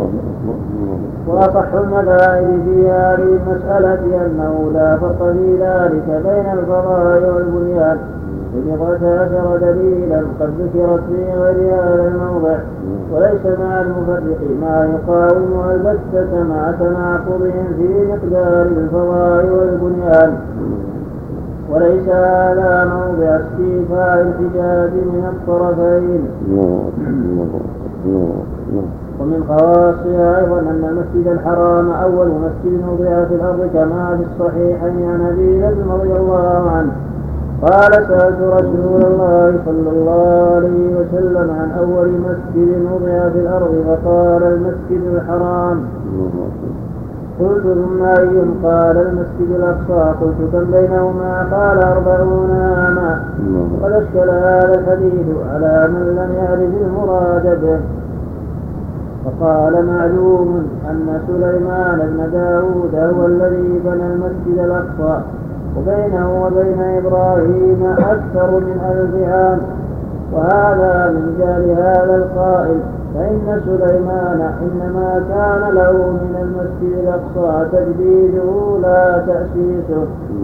وأصح المذاهب في هذه المسألة أنه لا فرق في ذلك بين الفضاء والبنيان، ببضعة عشر دليلا قد ذكرت في غير هذا الموضع، وليس مع المفرق ما يقاوم البتة مع تناقضهم في مقدار الفضاء والبنيان. وليس هذا موضع استيفاء الحجاج من الطرفين. ومن خواصها أيضا أن المسجد الحرام أول مسجد وضع في الأرض كما في الصحيحين عن أبي ذر رضي الله عنه قال: سألت رسول الله صلى الله عليه وسلم عن أول مسجد وضع في الأرض، فقال: المسجد الحرام. قلت: ثم أي؟ قال: المسجد الأقصى. قلت: كم بينهما؟ قال: أربعون عاما. قد أشكل هذا الحديث على من لم يعرف المراد به. فقال: معلوم أن سليمان بن داود هو الذي بنى المسجد الأقصى، وبينه وبين إبراهيم أكثر من ألف عام، وهذا من جهل هذا القائل، فإن سليمان إنما كان له من المسجد الأقصى تجديده لا تأسيسه،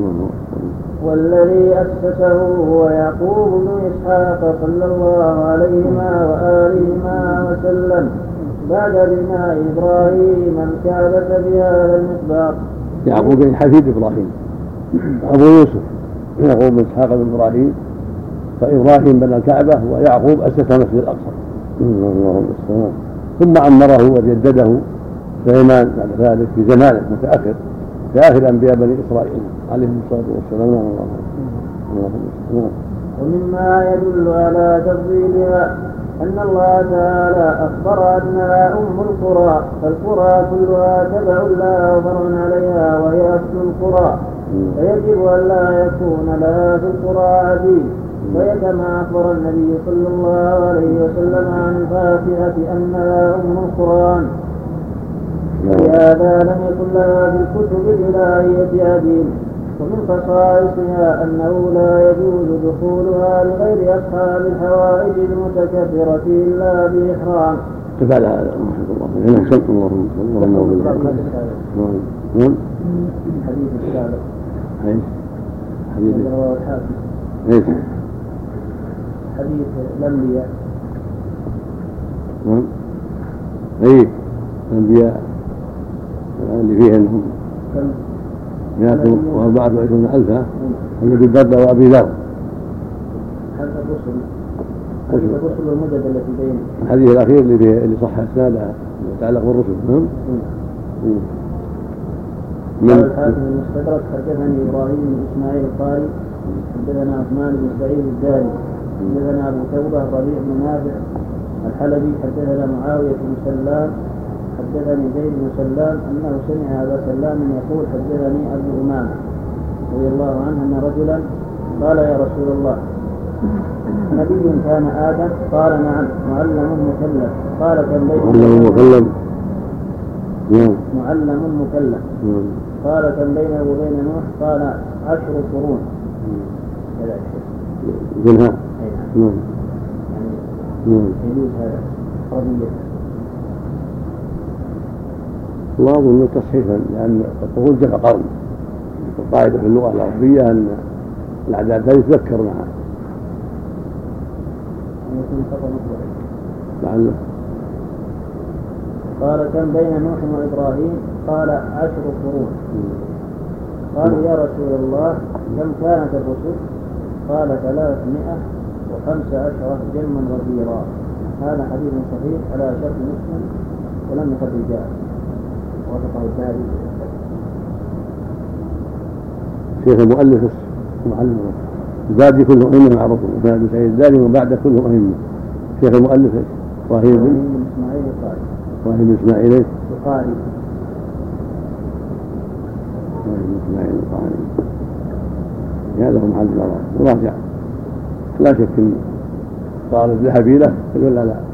والذي أسسه هو يعقوب بن إسحاق صلى الله عليهما وآلهما وسلم بعد بناء إبراهيم الكعبة بهذا المقدار. يعقوب بن حفيد إبراهيم أبو يوسف، يعقوب بن إسحاق بن إبراهيم، فإبراهيم بنى الكعبة ويعقوب أسس مسجد الأقصى، ثم عمره وجدده سليمان بعد ذلك في زمانه متأخر في آخر أنبياء بني إسرائيل عليهم الصلاة والسلام. ومما يدل على تفضيلها أن الله تعالى أخبر أنها أم القرى، فالقرى كلها تبع لها وفرع عليها وهي أصل القرى، فيجب أن لا يكون لها في القرى عديد. وهي كما أخبر النبي صلى الله عليه وسلم عن الفاتحة أنها أم القرآن، لهذا لم يكن لها في الكتب الإلهية عديد. ومن خصائصها أنه لا يجوز دخولها لغير أصحاب الحوائج المتكبرة إلا بإحرام. تفعل هذا رحمه الله. نعم. صدق اللهم اللهم نعم. حديث السابق. ايش؟ حديث الحاكم. ايش؟ حديث الأنبياء. نعم. اي الأنبياء اللي فيه انهم مئة وأربعة وعشرون ألفا النبي الدرداء وأبي ذر. هذا الرسل. حديث الرسل والمدد التي بينهم. الحديث الأخير اللي فيه اللي صح إسناده يتعلق بالرسل. نعم. من الحاكم المستدرك حدثني إبراهيم بن إسماعيل القاري حدثنا عثمان بن سعيد الداري حدثنا أبو توبة ربيع بن نافع الحلبي حدثنا معاوية بن سلام حدثني زيد بن سلام أنه سمع أبا سلام يقول حدثني أبو أمامة رضي الله عنه أن رجلا قال يا رسول الله نبي كان آدم؟ قال نعم. معلم مكلف؟ قال كم بينه مكلف معلم مكلف قال كم بينه وبين نوح؟ قال عشر قرون. منها يعني يجوز هذا قضية. الله أظن تصحيحا لأن القرون جمع قرن. القاعدة في اللغة العربية أن الأعداد لا يتذكر معها. لعله قال كم بين نوح وإبراهيم؟ قال عشر قرون. قالوا يا رسول الله كم كانت الرسل؟ قال ثلاثمائة وخمس عشرة جما غفيرا. هذا حديث صحيح على شرط مسلم ولم يقل رجال وافقه الذهبي. شيخ المؤلف معلم البادي كلهم أئمة معروفون وكان سعيد الداري وبعد كلهم أئمة. شيخ المؤلف إبراهيم بن إسماعيل القاري. إبراهيم بن إسماعيل القاري. إبراهيم بن إسماعيل القاري هذا هو محل الأراء وراجع. لا شك أن قال الذهبي له ولا لا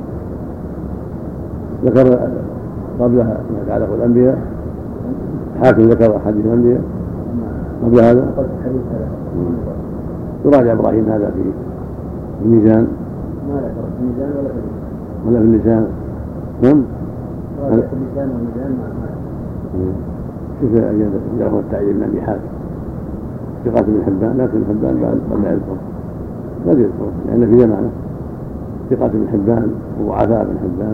ذكر قبلها ما يتعلق بالأنبياء. حاكم ذكر حديث الأنبياء قبل هذا. يراجع إبراهيم هذا في الميزان ما ذكر في الميزان ولا في اللسان ولا في اللسان. نعم. راجع في اللسان والميزان ما كيف جرح التعليل من أبي حاتم ثقة بن حبان لكن حبان بعد لا يذكر ما يذكر لأن في زمانه ثقة بن حبان وضعفاء بن حبان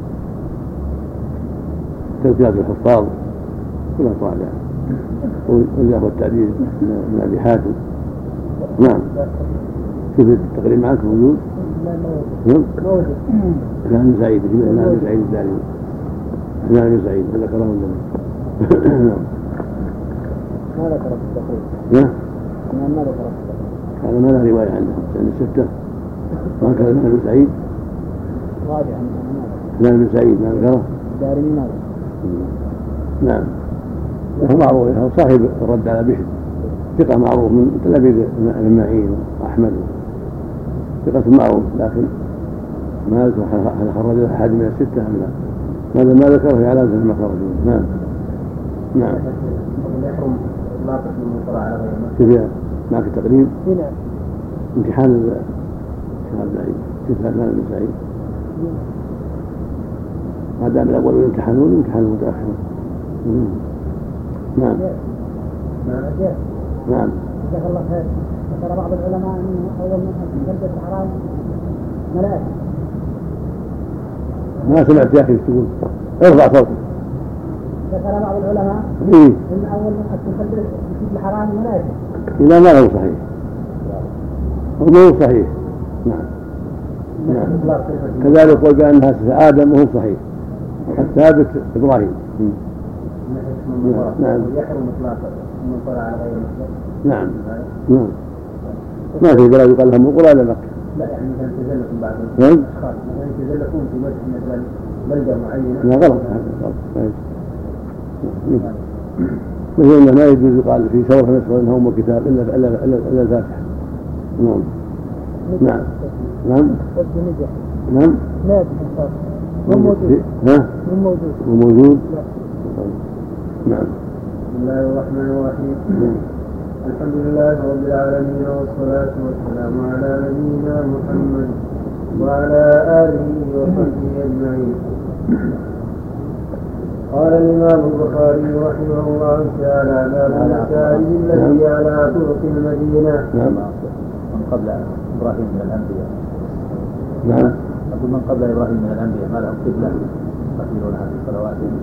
تزكية الحفاظ كلها طالع وجرح التعليل من أبي حاتم. نعم. كيف التقريب معك موجود؟ نعم. كان سعيد كان سعيد الداري كان سعيد ذكره النبي. نعم. ما ذكر في التقريب. نعم. ما ذكر في التقريب. هذا ما له رواية عنده لأن الستة ما كان ابن سعيد. راجع كان ابن سعيد ما ذكره. دارمي ما ذكر. نعم. وهو معروف صاحب الرد على بشر ثقة معروف من تلاميذ ابن معين وأحمد ثقة معروف لكن ما ذكر هل خرج أحد من الستة أم لا. ماذا ما ذكره في علامة ما خرجوا. نعم. نعم. يحرم إطلاق اسم المصطلح على غير كيف معك التقريب؟ نعم. امتحان شهر سعيد كيف كان ابن سعيد؟ ما دام الأول يمتحنون يمتحنون متأخرون. نعم. نعم. جزاك الله خير. ذكر بعض العلماء انه اول من جلد الحرام ملائكه. ما سمعت يا اخي ايش تقول؟ ارفع صوتك. ذكر بعض العلماء إيه؟ ان اول من تجلد الحرام ملائكه. لا ما هو صحيح. هو هو صحيح. نعم. نعم. كذلك قل بانها ادم وهو صحيح. الثابت ابراهيم. نعم. يحرم إطلاق المصطلح على غير المصدر. نعم. نعم. ما في بلاد يقال لهم القرى الا مكة. لا يعني مثلا تزلكم بعض نعم. الاشخاص مثلا تزلكم في مدح مثلا بلده معينه. لا غلط هذا غلط. مثل انه ما يجوز يقال في سوف نسخ انهم وكتاب الا الا الا الفاتحه. نعم. نعم. نعم. نعم. لا مو موجود. ها؟ مو موجود. مو موجود؟ لا. نعم. بسم الله الرحمن الرحيم. الحمد لله رب العالمين والصلاة والسلام على نبينا محمد وعلى آله وصحبه أجمعين. قال الإمام البخاري رحمه الله تعالى باب المساجد التي على طرق المدينة. نعم. من قبل إبراهيم من الأنبياء. نعم. أقول من قبل إبراهيم من الأنبياء ما لهم قبلة يصلونها في صلواتهم.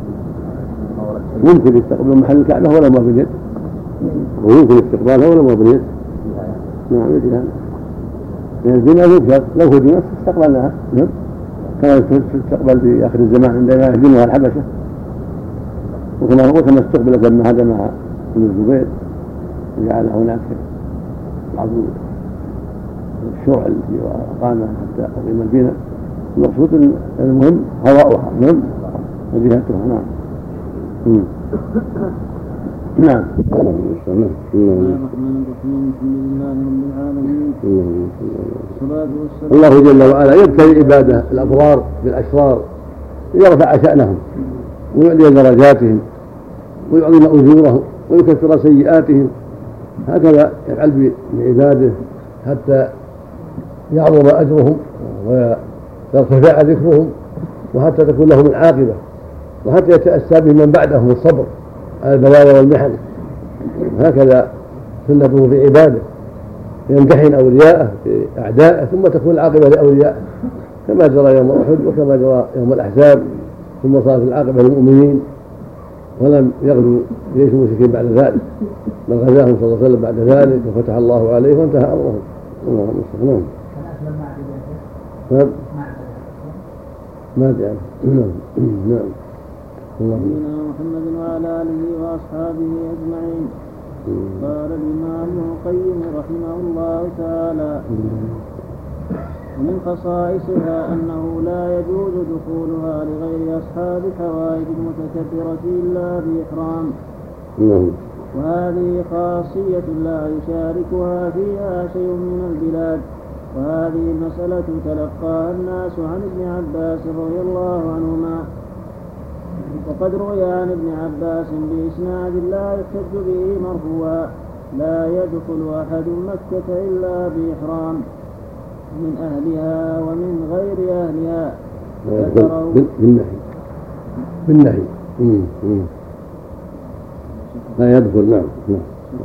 ممكن يستقبل محل الكعبة ولا ما بنيت، ويمكن استقبالها ولا ما بنيت. نعم يجي هذا. لأن البناء يكثر، لو هدمت استقبلناها. نعم. كما تستقبل في آخر الزمان عندما يهدمها الحبشة، وكما وكما استقبلت لما هدمها ابن الزبير وجعل هناك بعض الشرع التي أقامها حتى أقيم البناء. المقصود المهم هواؤها. نعم. وجهتها. نعم. مم. نعم. بسم الله الرحمن الرحيم. الحمد لله رب العالمين. الله جل وعلا يبتلي عباده الأبرار بالأشرار ليرفع شأنهم ويعلي درجاتهم ويعظم أجورهم ويكثر سيئاتهم. هكذا يفعل بعباده حتى يعظم أجرهم ويرتفع ذكرهم وحتى تكون لهم العاقبة وحتى يتأسى بهم من بعدهم الصبر على البلايا والمحن. هكذا سنته في عباده، يمتحن أولياءه في أعدائه ثم تكون العاقبة لأوليائه كما جرى يوم أحد وكما جرى يوم الأحزاب، ثم صارت العاقبة للمؤمنين ولم يغزو جيش المشركين بعد ذلك، بل غزاهم صلى الله عليه وسلم بعد ذلك وفتح الله عليه وانتهى أمرهم. اللهم استغفرهم. نعم. ما أدري. نعم. نعم. نبينا محمد وعلى آله وأصحابه أجمعين. قال الإمام ابن القيم رحمه الله تعالى: ومن خصائصها أنه لا يجوز دخولها لغير أصحاب الحوائج المتكبرة إلا بإحرام، وهذه خاصية لا يشاركها فيها شيء من البلاد. وهذه المسألة تلقاها الناس عن ابن عباس رضي الله عنهما، وقد روي عن ابن عباس بإسناد لا يحتج به مرفوعا: لا يدخل أحد مكة إلا بإحرام من أهلها ومن غير أهلها. بالنهي بالنهي لا يدخل. نعم. نعم.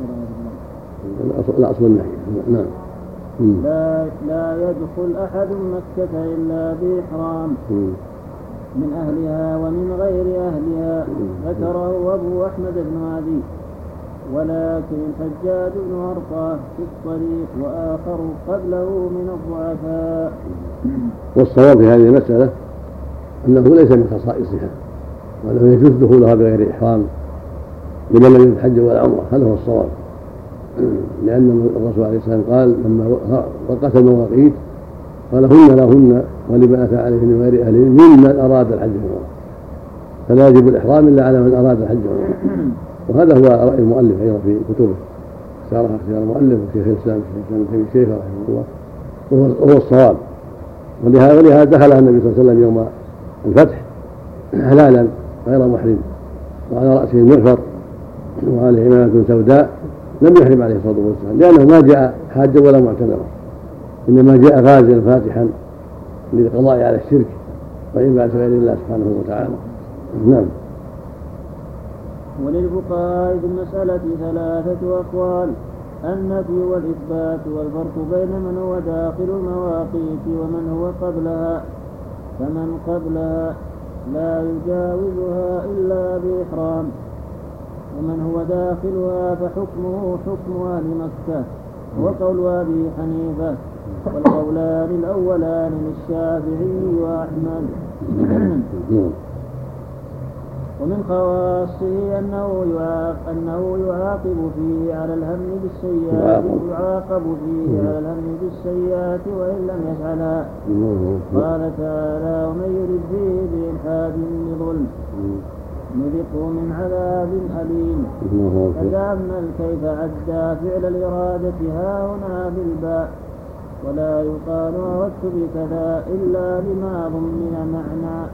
الأصل النهي. نعم. لا لا يدخل أحد مكة إلا بإحرام من أهلها ومن غير أهلها. ذكره أبو أحمد بن عدي، ولكن الحجاج بن أرطاه في الطريق وآخر قبله من الضعفاء. والصواب في هذه المسألة أنه ليس من خصائصها، وأنه يجوز دخولها بغير إحرام لمن لم يحج ولا عمره. هذا هو الصواب، لأن الرسول عليه السلام قال لما وقت المواقيت قال: هن لهن ولمن أتى عليهن من غير أهلهن ممن أراد الحج والعمرة، فلا يجب الإحرام إلا على من أراد الحج والعمرة. وهذا هو رأي المؤلف أيضا في كتبه، اختارها اختيار المؤلف وشيخ الإسلام ابن تيمية رحمه الله، وهو الصواب. ولهذا دخلها النبي صلى الله عليه وسلم يوم الفتح حلالا غير محرم، وعلى رأسه المغفر وعليه عمامة سوداء، لم يحرم عليه الصلاة والسلام، لأنه ما جاء حاجا ولا معتمرا، إنما جاء غازيا فاتحا للقضاء على الشرك وعبادة غير الله سبحانه وتعالى. نعم. وللفقهاء في المسألة ثلاثة أقوال: النفي والإثبات، والفرق بين من هو داخل المواقيت ومن هو قبلها. فمن قبلها لا يجاوزها إلا بإحرام، ومن هو داخلها فحكمه حكم أهل مكة، وقول أبي حنيفة. والقولان الأولان للشافعي وأحمد. ومن خواصه أنه يعاقب, أنه يعاقب فيه على الهم بالسيئات يعاقب فيه على الهم بالسيئات وإن لم يفعلها. قال تعالى: ومن يرد فيه بإلحاد بظلم نذقه من عذاب أليم. فتأمل كيف عدى فعل الإرادة هاهنا بالباء، ولا يقال أردت بكذا إلا لما ضمن معنى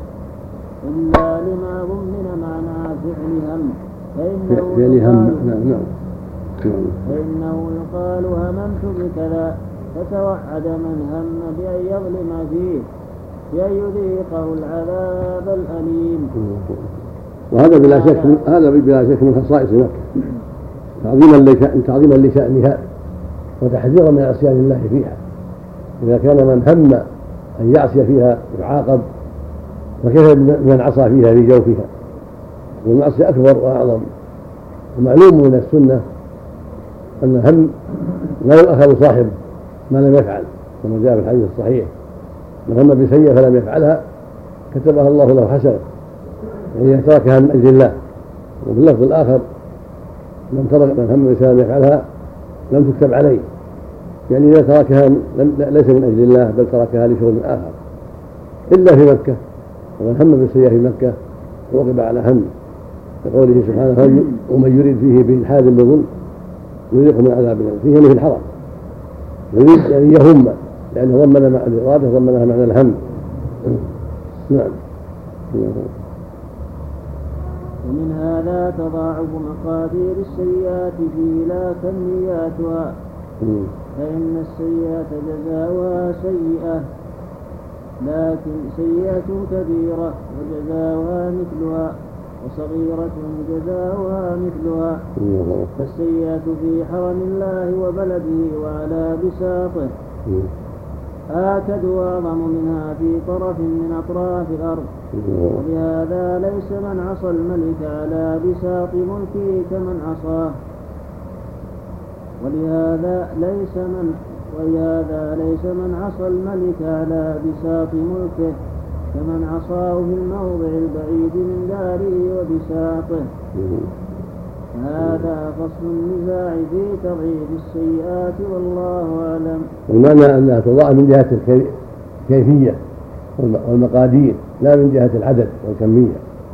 إلا لما ضمن معنى فعل هم، فإنه فعل هم. نعم. فإنه يقال هممت بكذا، فتوعد من هم بأن يظلم فيه بأن يذيقه العذاب الأليم. وهذا بلا شك هذا بلا شك من خصائص مكة، تعظيما تعظيما لشأنها وتحذيرا من عصيان الله فيها. إذا كان من هم أن يعصي فيها يعاقب، فكيف من عصى فيها في جوفها؟ والمعصية أكبر وأعظم. ومعلوم من السنة أن الهم لا يؤخذ صاحبه ما لم يفعل، كما جاء في الحديث الصحيح: من هم بسيئة فلم يفعلها كتبها الله له حسنة، يعني تركها من أجل الله. وفي اللفظ الآخر: من ترك من هم بسيئة لم يفعلها لم تكتب عليه، يعني إذا تركها ليس من أجل الله بل تركها لشغل آخر، إلا في مكة. ومن هم بسيئة في مكة وقب على هم، لقوله سبحانه: ومن يريد فيه بإلحاد بظلم يذيقه من عذاب أليم. فيه في الحرم يريد يعني يهم، لأنه ضمن مع الإرادة ضمنها معنى الهم. نعم. ومن هذا تضاعف مقادير السيئات فيه لا كمياتها، فإن السيئة جزاؤها سيئة، لكن سيئة كبيرة وجزاؤها مثلها، وصغيرة جزاؤها مثلها. فالسيئة في حرم الله وبلده وعلى بساطه آكد وأعظم منها في طرف من أطراف الأرض. ولهذا ليس من عصى الملك على بساط ملكه كمن عصاه، ولهذا ليس من ولهذا ليس من عصى الملك على بساط ملكه كمن عصاه في الموضع البعيد من داره وبساطه. هذا فصل النزاع في تضعيف السيئات، والله أعلم. والمعنى أنها تضاعف من جهة الكيفية والمقادير لا من جهة العدد والكمية.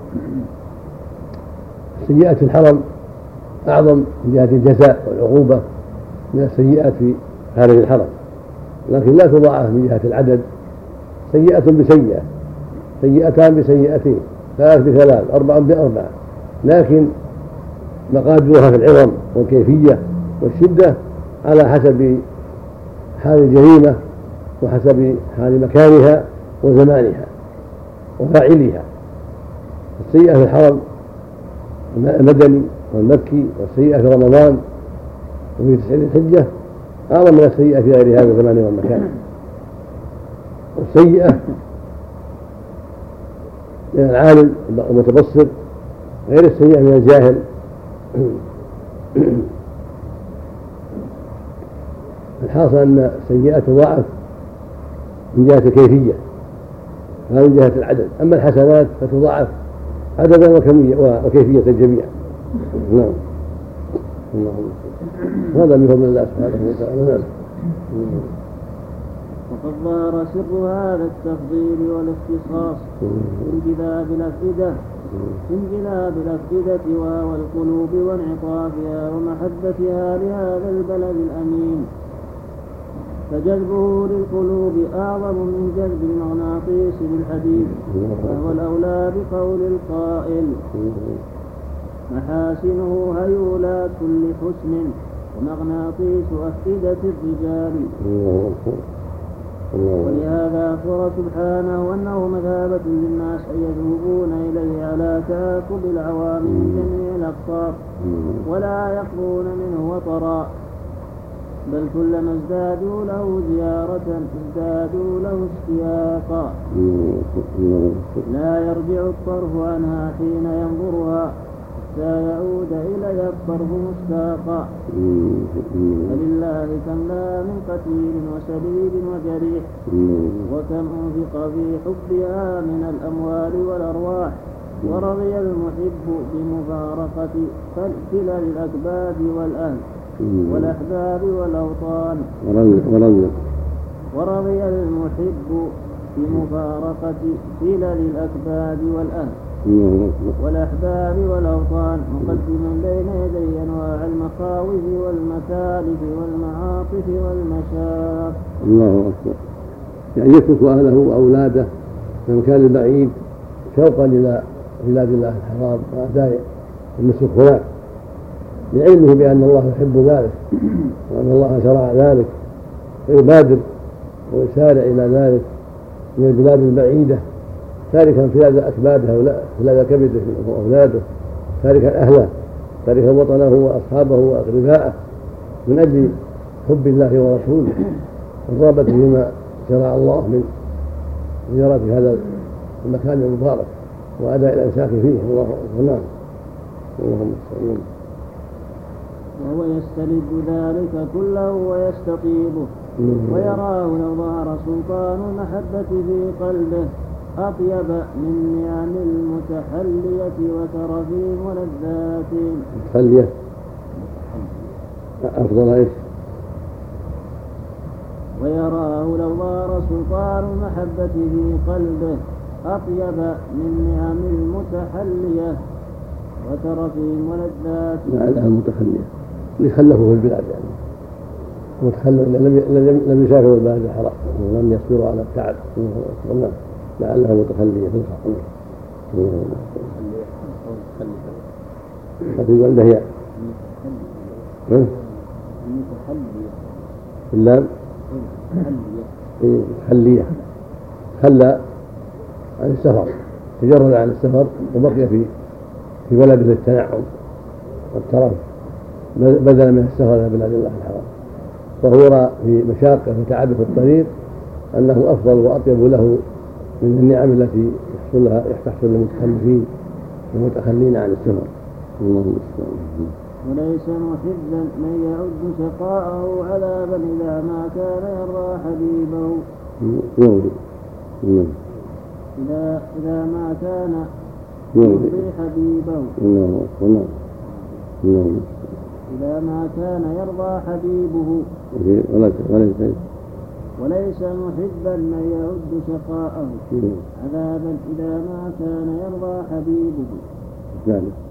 سيئات الحرم أعظم من جهة الجزاء والعقوبة من السيئات في خارج الحرم، لكن لا تضاعف من جهة العدد. سيئة بسيئة، سيئتان بسيئتين، ثلاث بثلاث، أربع بأربع، لكن مقاديرها في العظم والكيفية والشدة على حسب حال الجريمة وحسب حال مكانها وزمانها وفاعلها. السيئة في الحرم المدني والمكي، والسيئة في رمضان وفي تسع الحجة أعظم من السيئة في غير هذا الزمان والمكان. والسيئة من العالم المتبصر غير السيئة من الجاهل. الحاصل أن السيئات تضاعف من جهة الكيفية لا من جهة العدد، أما الحسنات فتضاعف عددا وكمية وكيفية الجميع. نعم. هذا من فضل الله سبحانه وتعالى. وقد ظهر سر هذا التفضيل والاختصاص في انجلاب الأفئدة في انجلاب الأفئدة والقلوب وانعطافها ومحبتها لهذا البلد الأمين، فجذبه للقلوب أعظم من جذب المغناطيس للحديد، فهو الأولى بقول القائل: محاسنه هيولى كل حسن ومغناطيس أفئدة الرجال. ولهذا أخبر سبحانه أنه مثابة للناس أن يذهبون إليه على تعاقب العوام من جميع الأقطار ولا يقضون منه وطرا، بل كلما ازدادوا له زيارة ازدادوا له اشتياقا، لا يرجع الطرف عنها حين ينظرها حتى يعود إليها الطرف مشتاقا. فلله كم لا من قتيل وشديد وجريح، وكم أنفق في حبها من الأموال والأرواح، ورضي المحب بمفارقة كلا الأكباد والأهل والأحباب والأوطان. ورضي المحب بمفارقة كلا الأكباد والأهل والأحباب والأوطان، مقدما بين يدي أنواع المخاوف والمكالف والمعاطف والمشاق. الله أكبر. يعني يترك أهله وأولاده في المكان البعيد شوقا إلى بلاد الله الحرام وأداء النسك هناك، لعلمه بأن الله يحب ذلك وأن الله شرع ذلك، فيبادر ويسارع إلى ذلك من البلاد البعيدة، تاركا انفلاد أكباده انفلاد كبده وأولاده، تاركا أهله، تاركا وطنه وأصحابه وأقرباءه من أجل حب الله ورسوله والرغبة فيما شرع الله من زيارة هذا المكان المبارك وأداء الأنساك فيه. الله أكبر. اللهم صل. وهو يستلذ ذلك كله ويستطيبه ويراه لو ظهر سلطان المحبة في قلبه أطيب من نعم المتحلية وترف ولذات. متحلية أفضل إيش؟ ويراه لو ظهر سلطان المحبة في قلبه أطيب من نعم المتحلية وترف ولذات. نعم المتخلية اللي خلفوا في البلاد يعني متخلوا لم يسافروا البلاد الحرام ولم يصبروا على التعب لعلها متخلية في الخلق. في البلدة هي المتحلية اللام خلية خلى عن السفر، تجرد عن السفر وبقي في في بلده للتنعم والترف بدلا من السفر الى بلاد الله الحرام، فهو يرى في مشاقه وتعب في الطريق انه افضل واطيب له من النعم التي يحصل لها تحصل للمتخلفين والمتخلين عن السفر. اللهم صل. وليس محبا من يعد شقاءه عذابا إذا ما كان يرضى حبيبه. إذا إذا ما كان يرضي حبيبه. إذا ما كان يرضى حبيبه. وليس محبا من يعد شقاءه عذابا إذا ما كان يرضى حبيبه.